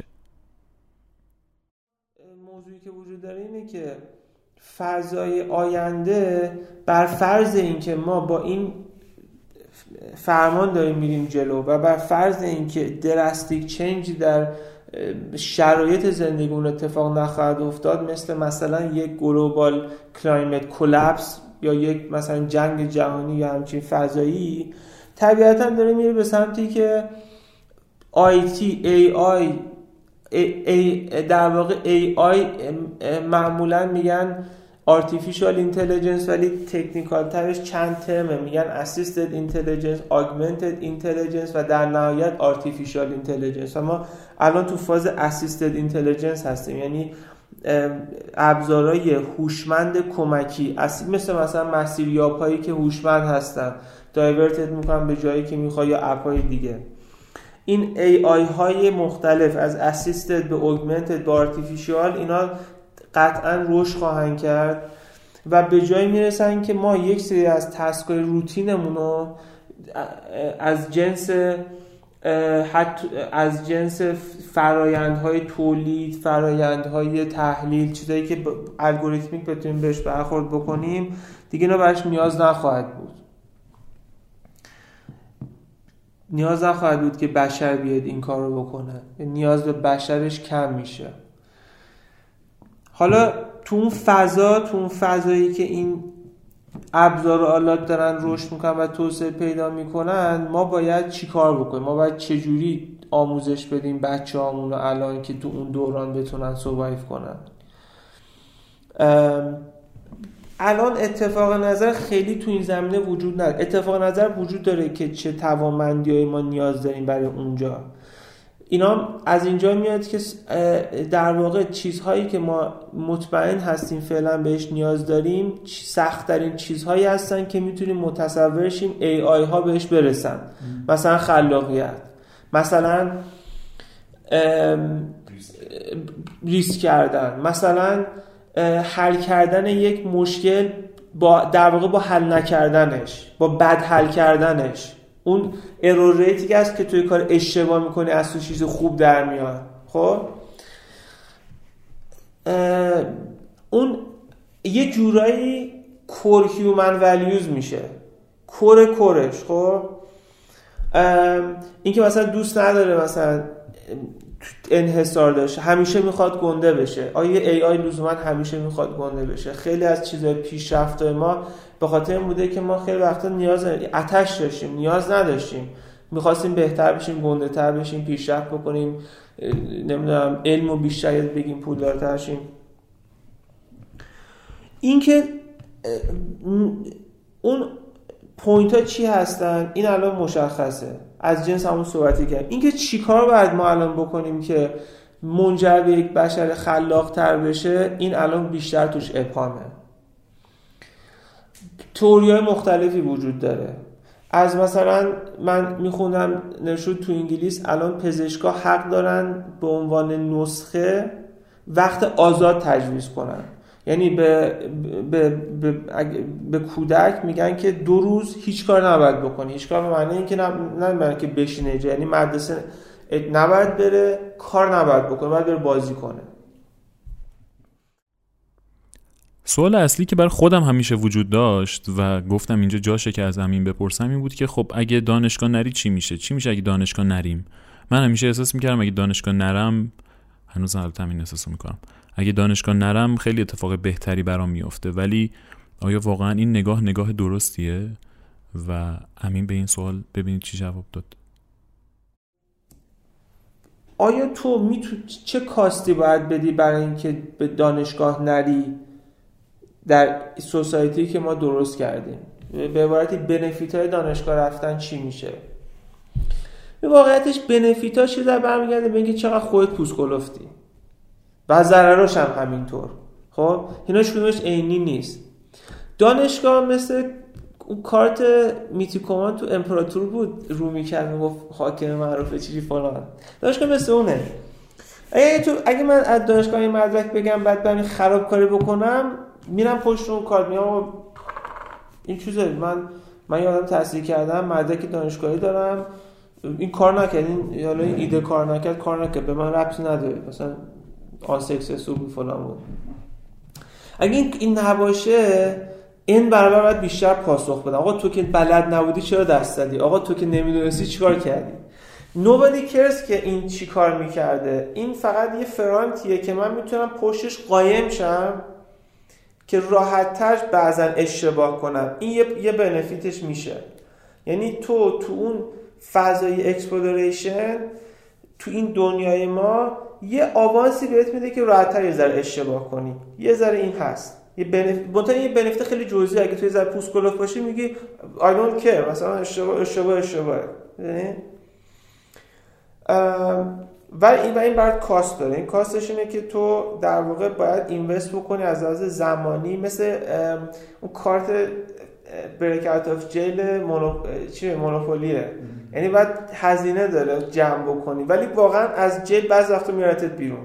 موضوعی که وجود داره اینه که فضای آینده بر فرض اینکه ما با این فرمان داریم میریم جلو و بر فرض اینکه دراستیک چنجی در شرایط زندگیمون اتفاق نخواهد افتاد، مثلا یک گلوبال کلایمت کلپس یا یک مثلا جنگ جهانی یا همچین فضایی، طبیعتا داره میره به سمتی که AI در واقع AI معمولا میگن Artificial Intelligence ولی تکنیکال ترش چند ترمه، میگن Assisted Intelligence, Augmented Intelligence و در نهایت Artificial Intelligence. ما الان تو فاز Assisted Intelligence هستیم، یعنی ابزارهای هوشمند کمکی مثلا مسیریاب‌هایی که هوشمند هستن دایورتت میکنن به جایی که میخوای یا اپ‌های دیگه. این AI های مختلف از Assisted به Augmented به Artificial اینا قطعا رشد خواهند کرد و به جایی میرسن که ما یک سری از تسک‌های روتینمون رو از جنس فرایندهای تولید، فرایندهای تحلیل، چیزایی که الگوریتمیک بتونیم بهش برخورد بکنیم دیگه اینا براش نیاز نخواهد بود که بشر بیاد این کار رو بکنه، نیاز به بشرش کم میشه. حالا تو اون فضایی که این ابزار آلات دارن رشد میکنن و توسعه پیدا میکنن، ما باید چی کار بکنیم؟ ما باید چجوری آموزش بدیم بچه هامون رو الان که تو اون دوران بتونن سروایو کنن؟ الان اتفاق نظر خیلی تو این زمینه وجود نداره. اتفاق نظر وجود داره که چه توانمندی‌های ما نیاز داریم برای اونجا. اینا از اینجا میاد که در واقع چیزهایی که ما مطمئن هستیم فعلا بهش نیاز داریم سخت‌ترین چیزهایی هستن که میتونیم متصور شیم AI ها بهش برسن. مثلا خلاقیت، مثلا ریسک کردن، مثلا حل کردن یک مشکل در واقع با حل نکردنش، با بد حل کردنش. اون ارور ریتی که هست که توی کار اشتباه میکنی از تو چیز خوب در میاد. خب اون یه جورایی کور هیومن ولیوز میشه، کورش. خب این که مثلا دوست نداره مثلا انحصار داشته، همیشه میخواد گنده بشه. آیا AI لزوما همیشه میخواد گنده بشه؟ خیلی از چیزهای پیشرفت‌های ما به خاطر این بوده که ما خیلی وقتا آتش داشتیم، نیاز نداشتیم، میخواستیم بهتر بشیم، گنده تر بشیم، پیشرفت بکنیم، نمیدونم علمو بیشتر یاد بگیم، پولدارتر شیم. این که اون پوینت ها چی هستن این الان مشخصه، از جنس همون صحبتی کردیم. این که چی کار باید ما الان بکنیم که منجر به یک بشر خلاق تر بشه، این الان بیشتر توش ابهامه. تئوری‌های مختلفی وجود داره. از مثلا من میخوندم نشود تو انگلیس الان پزشکا حق دارن به عنوان نسخه وقت آزاد تجویز کنن. یعنی به کودک میگن که 2 روز هیچ کار نباید بکنی. هیچ کار به معنی این که نه که بشینه، یعنی مدرسه نباید بره، کار نباید بکنه، باید بره بازی کنه. سوال اصلی که بر خودم همیشه وجود داشت و گفتم اینجا جاشه که از امین بپرسم این بود که خب اگه دانشگاه نری چی میشه؟ چی میشه اگه دانشگاه نریم؟ من همیشه احساس میکردم اگه دانشگاه نرم، هنوز البته همین احساسو میکنم، اگه دانشگاه نرم خیلی اتفاق بهتری برام میفته. ولی آیا واقعا این نگاه درستیه؟ و امین به این سوال ببینید چی جواب داد. آیا تو چه کاستی باید بدی برای اینکه به دانشگاه نری در سوسایتی که ما درست کردیم؟ به عبارتی بنفیت های دانشگاه رفتن چی میشه؟ به واقعیتش بنفیت ها چیزا برمیگرده به اینکه چقدر خودت پوست کلفتی و ضرراش هم همینطور. خب ایناش کدومش عینی نیست. دانشگاه مثل اون کارت میتیکومان تو امپراتور بود، رو میکرد میگفت حاکم معروفه چیزی فلان. دانشگاه مثل اونه. اگه من از دانشگاه این مدرک بگم بعد برای خرابکاری بکنم، میرم پشت اون کار میام این چیزه. من یادم تحصیل کردم، مدرک دانشگاهی دارم، این کار نکرد، این حالا این ایده کار نکرد، به من ربطی نداره، مثلا آن سکسسو بود فلان بود. اگه این نباشه، این برابر باید بیشتر پاسخ بدم. آقا تو که بلد نبودی چرا دست دادی؟ آقا تو که نمیدونستی چیکار کردی؟ nobody cares که این چی کار میکرده. این فقط یه فرانتیه که من میتونم پشتش قایم شم که راحت‌تر بعضن اشتباه کنم. این یه بنفیتش میشه. یعنی تو اون فضای اکسپلوریشن تو این دنیای ما یه آوانسی بهت میده که راحت‌تر یه ذره اشتباه کنی. یه ذره این هست. یه بنفیت خیلی جزئی. اگه توی ذره پوست کلوف باشی میگی I don't care، مثلا اشتباه. یعنی و این برات کاست داره. این کاستش اینه که تو در واقع باید اینوست بکنی از لحاظ زمانی، مثل اون کارت بریک اوت اف جیل مونوپولیه. یعنی باید هزینه داره جمع بکنی، ولی واقعا از جیل بعضی وقتا میارتت بیرون.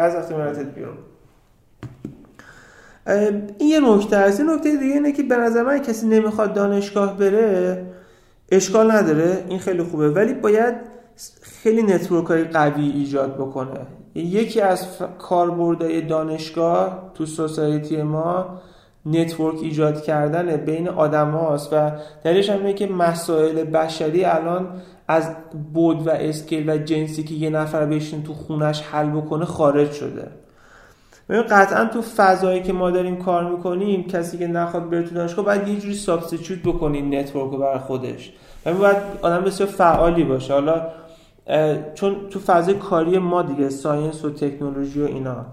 این یه نکته است. این نکته دیگه اینه که به نظر من کسی نمیخواد دانشگاه بره، اشکال نداره، این خیلی خوبه، ولی باید خیلی نتورک‌های قوی ایجاد بکنه. یکی از کاربردهای دانشگاه تو سوسایتی ما نتورک ایجاد کردن بین آدم‌هاست و دلیلش هم اینه که مسائل بشری الان از بود و اسکیل و جنسی که یه نفر بشین تو خونش حل بکنه خارج شده. ببین قطعا تو فضایی که ما داریم کار میکنیم، کسی که نخواد بره تو دانشگاه باید یه جوری سابستیتوت بکنیم نتورک رو برای خودش. ببین باید آدم بسیار فعالی باشه. حالا چون تو فضای کاری ما دیگه ساینس و تکنولوژی و اینا،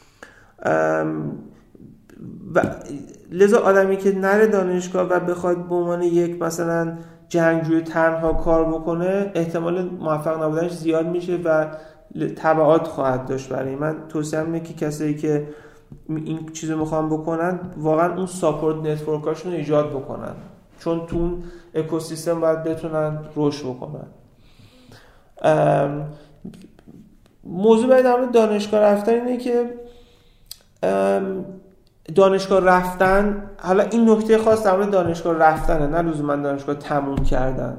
و لذا آدمی که نره دانشگاه و بخواد به عنوان یک مثلا جنگجوی تنها کار بکنه، احتمال موفق نبودنش زیاد میشه و تبعات خواهد داشت. برای من توصیه اینه که کسایی که این چیزو میخوان بکنن واقعا اون ساپورت نتورکاشون ایجاد بکنن، چون تو اون اکوسیستم باید بتونن رشد بکنن. موضوع بعد در مورد دانشگاه رفتن اینه که دانشگاه رفتن، حالا این نکته خاص در مورد دانشگاه رفتنه، نه لزوما دانشگاه تموم کردن.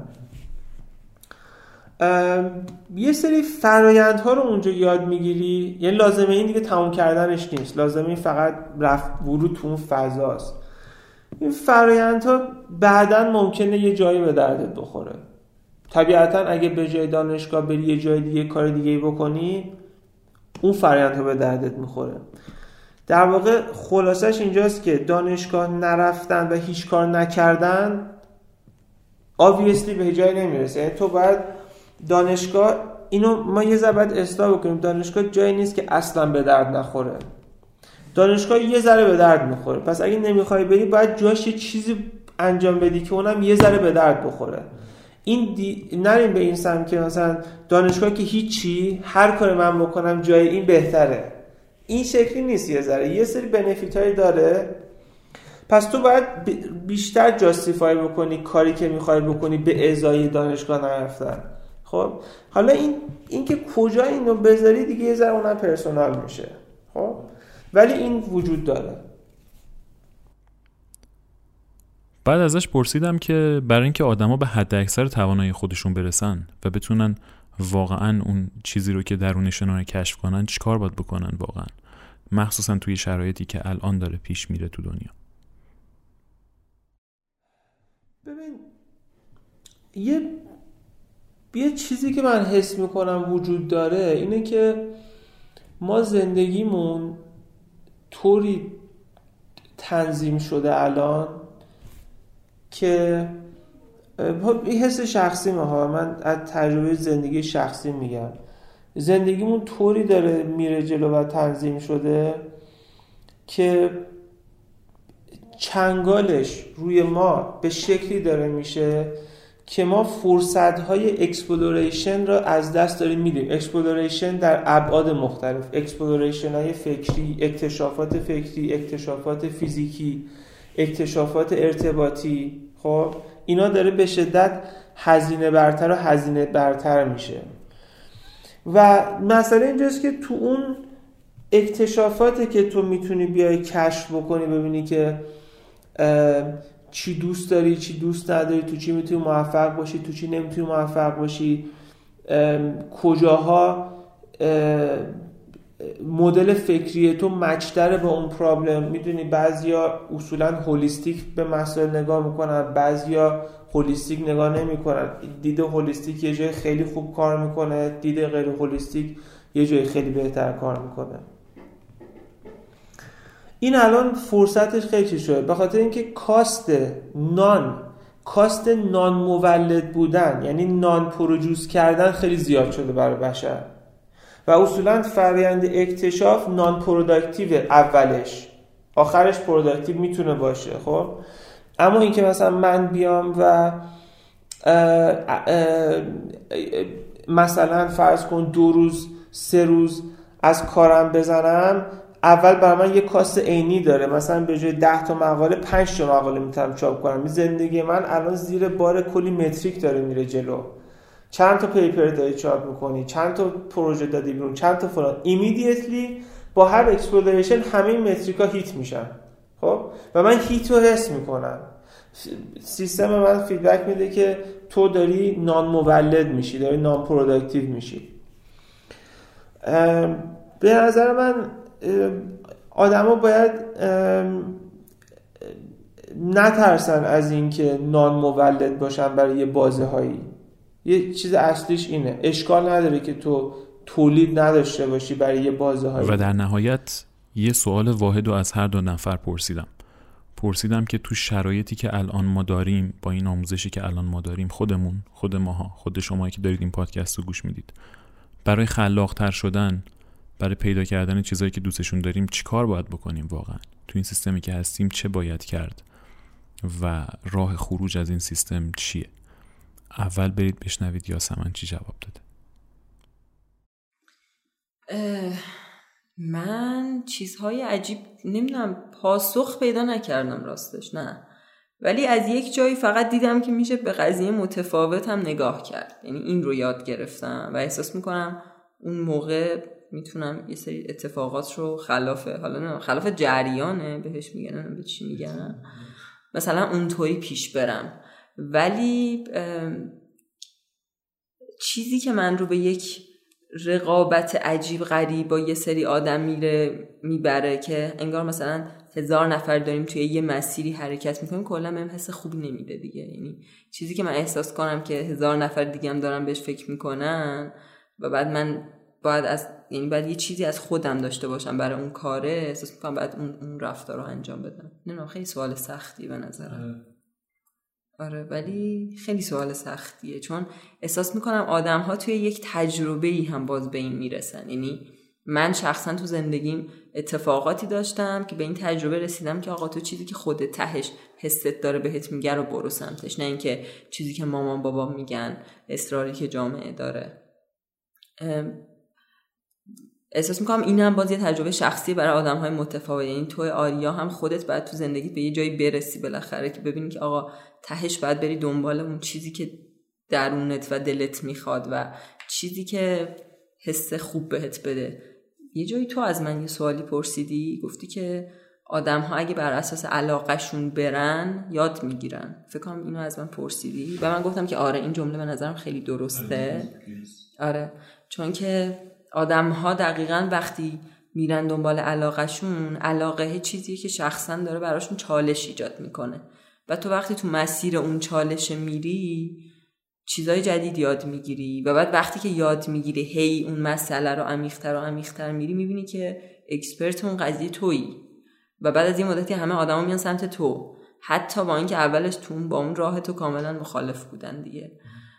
یه سری فرآیندها رو اونجا یاد میگیری، یعنی لازمه این دیگه تموم کردنش نیست، لازمه این فقط ورود تو اون فضاست. این فرآیندها بعداً ممکنه یه جایی به دردت بخوره. طبیعتاً اگه به جای دانشگاه بری یه جای دیگه کار دیگه بکنی، اون فرآیندها به دردت میخوره. در واقع خلاصش اینجاست که دانشگاه نرفتن و هیچ کار نکردن obviously به جایی نمیرسه. یعنی تو باید دانشگاه، اینو ما یه ذره باید اصلاح بکنیم، دانشگاه جایی نیست که اصلا به درد نخوره. دانشگاه یه ذره به درد میخوره. پس اگه نمیخوای بری باید جاش یه چیزی انجام بدی که اونم یه ذره به درد بخوره. نریم به این سمت که مثلا دانشگاه که هیچی، هر کاری من بکنم جای این بهتره. این شکلی نیست. یه سری بنفیت هایی داره. پس تو باید بیشتر جاستیفای بکنی کاری که میخوای بکنی به ازای دانشگاه نرفتن. خب حالا این که کجا اینو بذاری دیگه یه ذره اونم پرسونال میشه. خب ولی این وجود داره. بعد ازش پرسیدم که برای اینکه آدما به حد اکثر توانایی خودشون برسن و بتونن واقعا اون چیزی رو که درونشون رو کشف کنن چیکار باید بکنن واقعا، مخصوصا توی شرایطی که الان داره پیش میره تو دنیا. ببین یه چیزی که من حس میکنم وجود داره اینه که ما زندگیمون طوری تنظیم شده الان که این حس شخصی من از تجربه زندگی شخصی میگم، زندگیمون طوری داره میره جلو و تنظیم شده که چنگالش روی ما به شکلی داره میشه که ما فرصت‌های اکسپلوریشن رو از دست داریم میدیم. اکسپلوریشن در ابعاد مختلف، اکسپلوریشن‌های فکری، اکتشافات فکری، اکتشافات فیزیکی، اکتشافات ارتباطی. خب اینا داره به شدت هزینه برتر میشه و مسئله اینجاست که تو اون اکتشافاتی که تو میتونی بیای کشف بکنی، ببینی که چی دوست داری چی دوست نداری، تو چی میتونی موفق باشی تو چی نمیتونی موفق باشی، کجاها مدل فکری تو مچ‌تره با اون پرابلم. میدونی بعضیا اصولا هولیستیک به مسائل نگاه میکنن، بعضیا هولیستیک نگاه نمیکنن. دید هولیستیک یه جای خیلی خوب کار میکنه، دید غیر هولیستیک یه جای خیلی بهتر کار میکنه. این الان فرصتش خیلی چی شده به خاطر اینکه کاست نان مولد بودن، یعنی نان پروجوس کردن خیلی زیاد شده برای بشر و اصولا فرآیند اکتشاف نان پروداکتیو، اولش آخرش پروداکتیو میتونه باشه. خب اما اینکه مثلا من بیام و مثلا فرض کن 2 روز 3 روز از کارم بزنم، اول برای من یه کاست عینی داره. مثلا به جای 10 تا مقاله 5 تا مقاله میتونم چاپ کنم. زندگی من الان زیر بار کلی متریک داره میره جلو. چند تا پیپر داری چاپ میکنی، چند تا پروژه دادی بیرون، چند تا فلان. ایمیدیتلی با هر اکسپلوریشن همه این متریکا هیت میشن. خب و من هیت رو حس میکنم. سیستم من فیدبک میده که تو داری نان مولد میشی، داری نان پروداکتیو میشی. به نظر من آدما باید نترسن از اینکه نان مولد باشن برای یه بازه هایی. یه چیز اصلیش اینه، اشکال نداره که تو تولید نداشته باشی برای یه بازه هایی. و در نهایت یه سوال واحد رو از هر 2 نفر پرسیدم که تو شرایطی که الان ما داریم، با این آموزشی که الان ما داریم، خود ماها، خود شمایی که دارید این پادکست رو گوش میدید، برای خلاق‌تر شدن، برای پیدا کردن چیزایی که دوستشون داریم چی کار باید بکنیم واقعا؟ تو این سیستمی که هستیم چه باید کرد و راه خروج از این سیستم چیه؟ اول برید بشنوید یاسمن چی جواب داده. من چیزهای عجیب نمیدونم، پاسخ پیدا نکردم راستش، نه، ولی از یک جایی فقط دیدم که میشه به قضیه متفاوت هم نگاه کرد. یعنی این رو یاد گرفتم و احساس میکنم اون موقع میتونم یه سری اتفاقات رو خلاف جریانه بهش میگن، به چی میگن، مثلا اونطوری پیش برم. ولی چیزی که من رو به یک رقابت عجیب غریب با یه سری آدم میبره که انگار مثلا 1000 نفر داریم توی یه مسیری حرکت میکنیم، کلا بهم حس خوب نمیده دیگه. یعنی چیزی که من احساس کنم که 1000 نفر دیگه هم دارن بهش فکر میکنن و بعد من باید یه چیزی از خودم داشته باشم برای اون کاره، احساس میکنم بعد اون رفتار رو انجام بدم. نمیدونم، خیلی سوال سختی به نظرم. آره ولی خیلی سوال سختیه، چون احساس میکنم آدم ها توی یک تجربه‌ای هم باز به این میرسن. یعنی من شخصا تو زندگیم اتفاقاتی داشتم که به این تجربه رسیدم که آقا تو چیزی که خودت تهش حست داره بهت میگه رو برو سمتش، نه اینکه چیزی که مامان بابا میگن، اصراری که جامعه داره. احساس میکنم این هم باز یه تجربه شخصی برای آدم‌های متفاوته. یعنی تو آریا هم خودت باید تو زندگی به یه جایی برسی بالاخره که ببینی که آقا تهش باید بری دنبال اون چیزی که درونت و دلت میخواد و چیزی که حس خوب بهت بده. یه جایی تو از من یه سوالی پرسیدی، گفتی که آدم‌ها اگه بر اساس علاقه‌شون برن یاد میگیرن. فکر کنم اینو از من پرسیدی و من گفتم که آره این جمله به نظرم خیلی درسته. آره، چون که آدم‌ها دقیقاً وقتی میرن دنبال علاقه‌شون، علاقه چیزیه که شخصاً داره براشون چالش ایجاد میکنه و تو وقتی تو مسیر اون چالش میری چیزای جدید یاد میگیری و بعد وقتی که یاد میگیری هی اون مسئله رو عمیق‌تر میری، میبینی که اکسپرت اون قضیه تویی و بعد از این مدتی همه آدما میان سمت تو، حتی با اینکه اولش تو با اون راه تو کاملا مخالف بودن دیگه.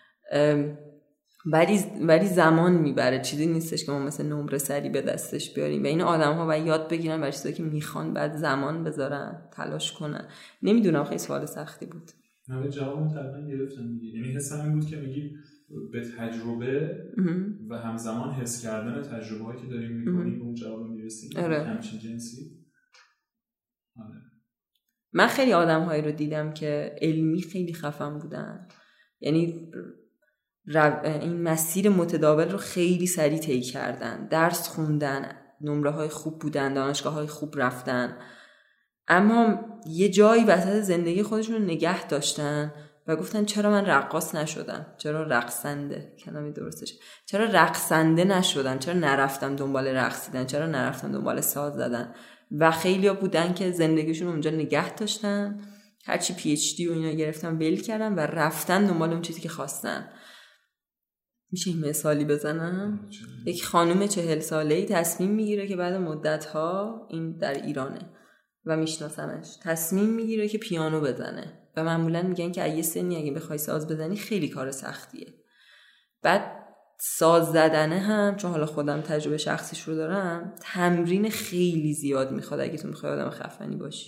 ولی زمان میبره، چیزی نیستش که ما مثل نمره سری به دستش بیاریم و این آدم‌ها باید یاد بگیرن برای چیزایی که میخوان بعد زمان بذارن، تلاش کنن. نمیدونم، خیلی سوال سختی بود. نه جوابم تقریبا گرفتم دیگه. یعنی حسم این بود که میگی به تجربه و همزمان حس کردن تجربه‌ای که داریم می‌کنیم به اون جواب میرسیم. همچین جنسی. آره. من خیلی آدم‌هایی رو دیدم که علمی خیلی خفن بودن، یعنی این مسیر متداول رو خیلی سریع طی کردن، درس خوندن، نمره‌های خوب بودن، دانشگاه‌های خوب رفتن، اما یه جایی وسط زندگی خودشون رو نگه داشتن و گفتن چرا من رقاص نشدم، چرا رقصنده، کلمه درستش، چرا رقصنده نشدم، چرا نرفتم دنبال رقصیدن، چرا نرفتم دنبال ساز زدن. و خیلی‌ها بودن که زندگیشون اونجا نگه داشتن، هرچی پی اچ دی و اینا گرفتن ول کردن و رفتن دنبال اون چیزی که خواستن. میشه این مثالی بزنم؟ یک خانم 40 ساله‌ای تصمیم میگیره که بعد مدت‌ها، این در ایرانه و میشناسمش، تصمیم میگیره که پیانو بزنه و معمولا میگن که اگه سنی اگه بخوای ساز بزنی خیلی کار سختیه. بعد ساز زدنه هم، چون حالا خودم تجربه شخصیش رو دارم، تمرین خیلی زیاد میخواد اگه تو میخوای آدم خفنی باشی.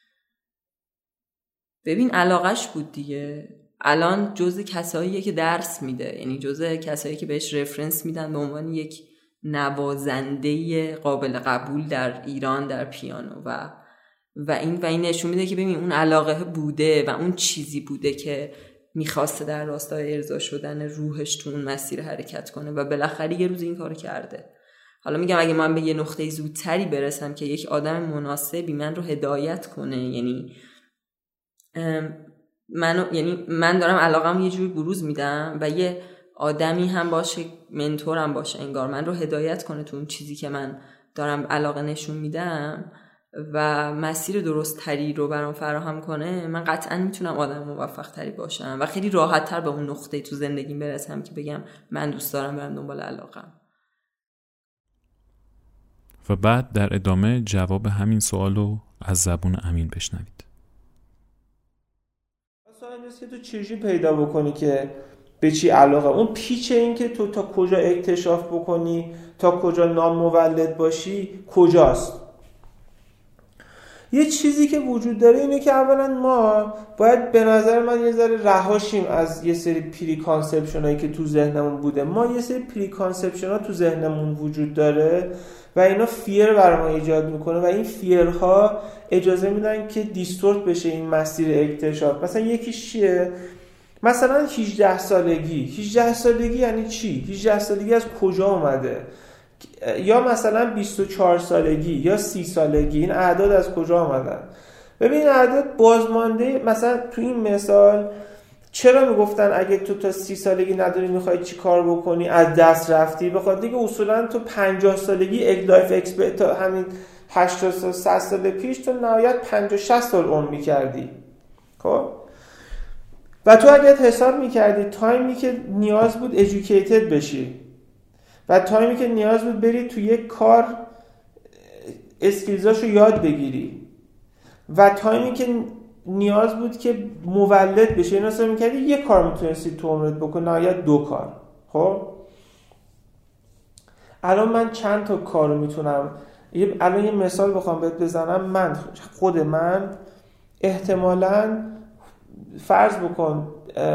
ببین علاقش بود دیگه، الان جزء کساییه که درس میده، یعنی جزء کسایی که بهش رفرنس میدن به عنوان یک نوازنده قابل قبول در ایران در پیانو و این نشون میده که ببین اون علاقه بوده و اون چیزی بوده که میخواسته در راستای ارضا شدن روحش تو اون مسیر حرکت کنه و بالاخره یه روز این کارو کرده. حالا میگم اگه من به یه نقطه زودتری برسم که یک آدم مناسبی من رو هدایت کنه، یعنی من دارم علاقه‌مو یه جوری بروز میدم و یه آدمی هم باشه، منتورم باشه انگار، من رو هدایت کنه تو اون چیزی که من دارم علاقه نشون میدم و مسیر درست تری رو برام فراهم کنه، من قطعا میتونم آدم موفق تری باشم و خیلی راحت تر به اون نقطه تو زندگیم برسم که بگم من دوست دارم برم دنبال علاقم. و بعد در ادامه جواب همین سوالو از زبون امین بشنوید. مثلا اینجاست که تو چجوری پیدا بکنی که به چی علاقه، اون پیچ این که تو تا کجا اکتشاف بکنی، تا کجا نام مولد باشی کجاست. یه چیزی که وجود داره اینه که اولا ما باید به نظر من یه ذره رهاشیم از یه سری پری کانسپشن هایی که تو ذهنمون بوده. ما یه سری پری کانسپشن ها تو ذهنمون وجود داره و اینا فیر برای ما ایجاد میکنه و این فیرها اجازه میدن که دیستورت بشه این مسیر اکتشاف. مثلا یکیش چیه؟ مثلا 18 سالگی یعنی چی؟ 18 سالگی از کجا اومده؟ یا مثلا 24 سالگی یا 30 سالگی، این اعداد از کجا آمدن؟ ببین این اعداد بازمانده. مثلا تو این مثال چرا میگفتن اگه تو تا 30 سالگی نداری میخوای چی کار بکنی از دست رفتی؟ بخاطر اینکه اصولا تو 50 سالگی لایف اکسپکت تا همین 80 سال 100 سال پیش تو نهایت 50 60 سال عمر میکردی. خب و تو اگه حساب میکردی تایمی که نیاز بود ادوکیتد بشی و تایمی که نیاز بود بری تو یک کار اسکیلزاشو یاد بگیری و تایمی که نیاز بود که مولد بشه، این حساب میکردی یک کار میتونستی تو عمرت بکنی، نهایت 2 کار. خب الان من چند تا کارو میتونم الان یه مثال بخوام بهت بزنم، خود من احتمالاً فرض بکن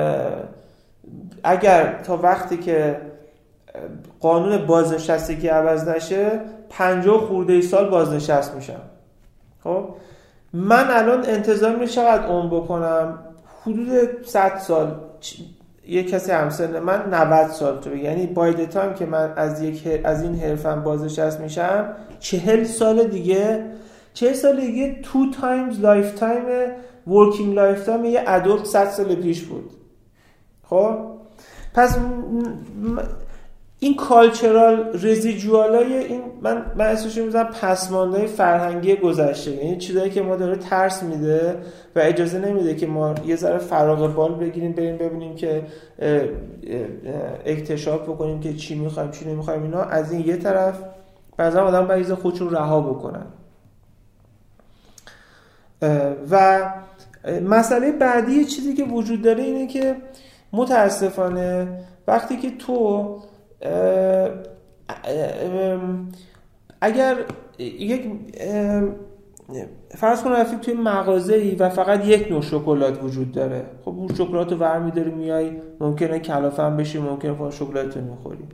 اگر تا وقتی که قانون بازنشستگی عوض نشه 50 خورده سال بازنشست میشم. خب من الان انتظار میشه چقدر عمر بکنم؟ حدود 100 سال. یک کسی همسن من 90 سال تو، یعنی باید تایم که من از این حرفم بازنشست میشم 40 سال دیگه 2 times lifetime working lifetime یه ادولت 100 سال پیش بود. خب پس این کالچرال رزیجوالای این من اسمش رو میذارم پسماندهای فرهنگی گذشته، یعنی چیزایی که ما داره ترس میده و اجازه نمیده که ما یه ذره فراغ بال بگیریم بریم ببینیم که اکتشاف بکنیم که چی میخوایم چی نمیخوایم. اینا از این یه طرف بعضا آدم باید خودشون رها بکنن. و مسئله بعدی چیزی که وجود داره اینه که متاسفانه وقتی که تو اگر یک فرض کن رفتی توی مغازه‌ای و فقط یک نوع شکلات وجود داره، خب اون شکلات رو برمی‌داری میای، ممکنه کلافه هم بشی، ممکنه فقط شکلات رو می‌خوری.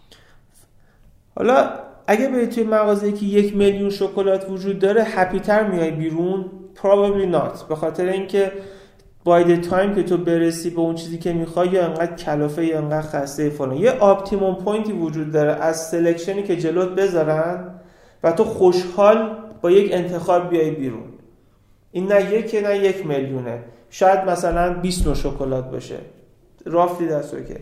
حالا اگه بری توی مغازه‌ای که 1 میلیون شکلات وجود داره، هپی‌تر میای بیرون؟ probably not. به خاطر اینکه باید تایم که تو برسی به اون چیزی که میخوای یا انقدر کلافه یا انقدر خسته فلان، یه اپتیموم پوینتی وجود داره از سلکشنی که جلوت بذارن و تو خوشحال با یک انتخاب بیای بیرون. این نه 1 میلیونه، شاید مثلا 20 نوع شکلات باشه. رافتی دست اوکی.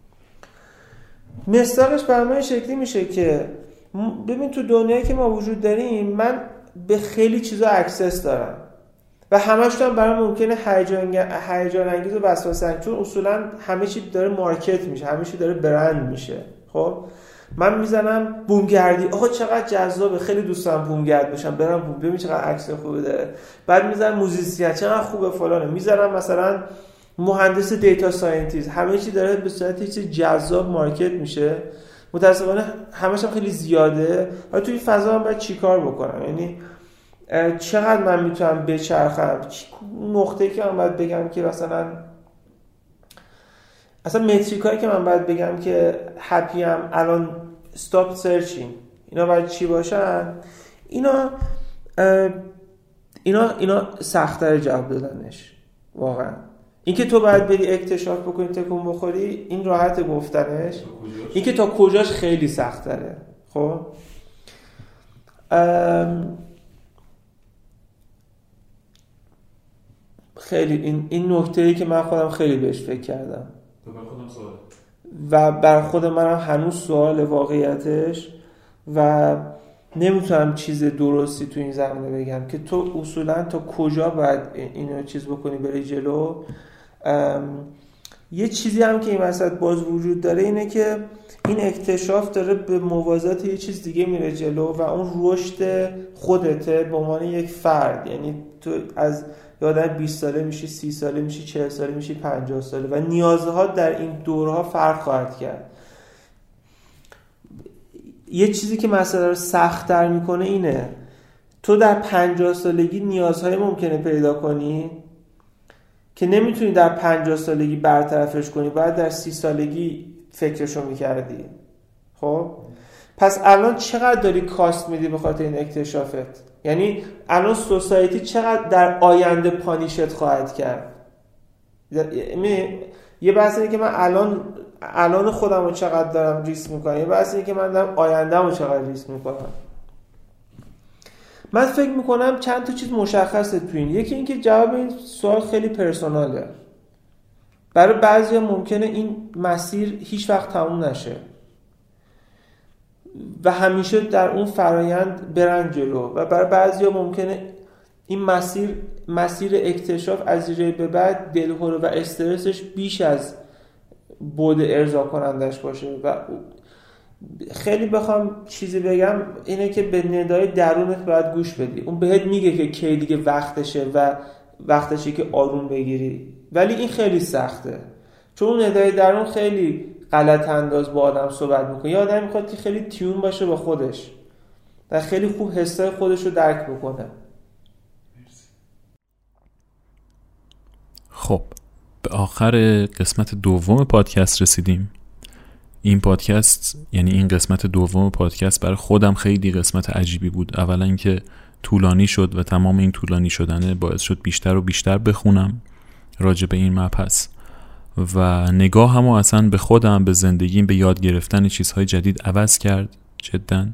مستاقش برای شکلی میشه که ببین تو دنیایی که ما وجود داریم من به خیلی چیزا اکسس دارم و همش هم برای ممکنه هیجان انگیز و وسواسه‌انگیز، چون اصولا همه چی داره مارکت میشه، همه چی داره برند میشه. خب من میزنم بومگردی، آقا چقدر جذابه، خیلی دوست دارم بومگرد بشم، برم بوم ببین چقدر عکس خوبه داره. بعد میزنم موزیسین چقدر خوبه فلانه، میزنم مثلا مهندس دیتا ساینتیست، همه چی داره به صورت چیز جذاب مارکت میشه. متأسفانه همش هم خیلی زیاده. حالا توی این فضا من باید چیکار بکنم؟ یعنی چقدر من میتونم بچرخم؟ نقطه‌ای که من باید بگم که مثلا اصلا متریکایی که من باید بگم که هپیم الان استاپ سرچینگ، اینا باید چی باشن؟ اینا سخت‌تر جواب دادنش واقعا. این که تو باید بری اکتشاف بکنی تکون بخوری این راحت گفتنش، این که تا کجاش خیلی سخت‌تره. خب خیلی این نکته‌ای که من خودم خیلی بهش فکر کردم و بر خود منم هنوز سوال واقعیتش و نمیتونم چیز درستی تو این زمینه بگم که تو اصولا تا کجا باید اینو چیز بکنی بری جلو. یه چیزی هم که این وسط باز وجود داره اینه که این اکتشاف داره به موازات یه چیز دیگه میره جلو و اون رشد خودته به عنوان یک فرد. یعنی تو از یادم 20 ساله میشی، 30 ساله میشی، 40 ساله میشی، 50 ساله و نیازها در این دورها فرق خواهد کرد. یه چیزی که مسئله رو سخت‌تر میکنه اینه تو در 50 سالگی نیازهای ممکنه پیدا کنی که نمیتونی در 50 سالگی برطرفش کنی، باید در 30 سالگی فکرشو میکردی. خب پس الان چقدر داری کاست میدی به خاطر این اکتشافت؟ یعنی الان سوسایتی چقدر در آینده پانیشت خواهد کرد؟ یه بحث اینه که من الان خودم رو چقدر دارم ریسک میکنم، یه بحث اینه که من دارم آینده رو چقدر ریسک میکنم. من فکر میکنم چند تا چیز مشخصه تو این. یکی این که جواب این سوال خیلی پرسوناله. برای بعضیا ممکنه این مسیر هیچ وقت تموم نشه و همیشه در اون فرایند برن جلو و برای بعضیا ممکنه این مسیر اکتشاف از اینجای به بعد دلهره و استرسش بیش از بعد ارضا کنندش باشه. و خیلی بخوام چیزی بگم اینه که به ندای درونت باید گوش بدی. اون بهت میگه که کی دیگه وقتشه و وقتشه که آروم بگیری، ولی این خیلی سخته چون اون ندای درون خیلی غلط انداز با آدم صحبت میکنه. یه آدم میخواد که خیلی تیون باشه با خودش و خیلی خوب حسای خودش رو درک بکنه. خب به آخر قسمت دوم پادکست رسیدیم. این پادکست، یعنی این قسمت دوم پادکست، برای خودم خیلی قسمت عجیبی بود. اولا که طولانی شد و تمام این طولانی شدنه باعث شد بیشتر و بیشتر بخونم راجع به این مبحث و نگاهمو اصلا به خودم، به زندگیم، به یاد گرفتن چیزهای جدید عوض کرد جدا.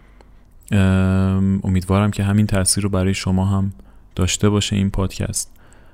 امیدوارم که همین تأثیر رو برای شما هم داشته باشه این پادکست.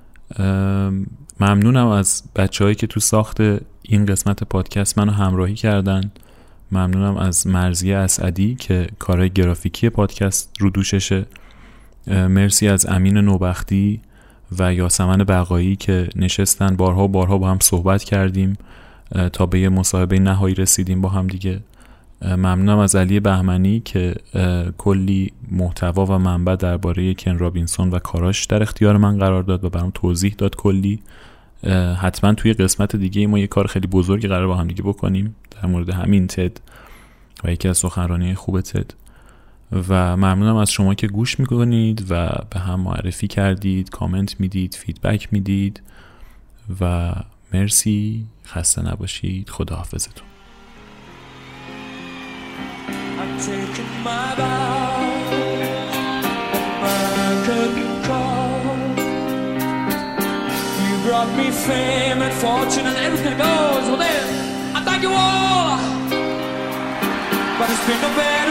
ممنونم از بچه‌هایی که تو ساخت این قسمت پادکست منو همراهی کردن. ممنونم از مرضیه اسعدی که کارهای گرافیکی پادکست رو دوششه. مرسی از امین نوبختی و یاسمن بقایی که نشستن بارها با هم صحبت کردیم تا به یه مصاحبه نهایی رسیدیم با هم دیگه. ممنونم از علی بهمنی که کلی محتوا و منبع درباره کن رابینسون و کاراش در اختیار من قرار داد و برام توضیح داد کلی. حتما توی قسمت دیگه ما یه کار خیلی بزرگی قرار با هم دیگه بکنیم در مورد همین تد و یکی از سخنرانی خوب تد. و ممنونم از شما که گوش میکنید و به هم معرفی کردید، کامنت میدید، فیدبک میدید و مرسی. خسته نباشید. خداحافظتون. I've taken my vows, my curtain call. You brought me fame and fortune and everything goes. Well then, I thank you all, but it's been no better.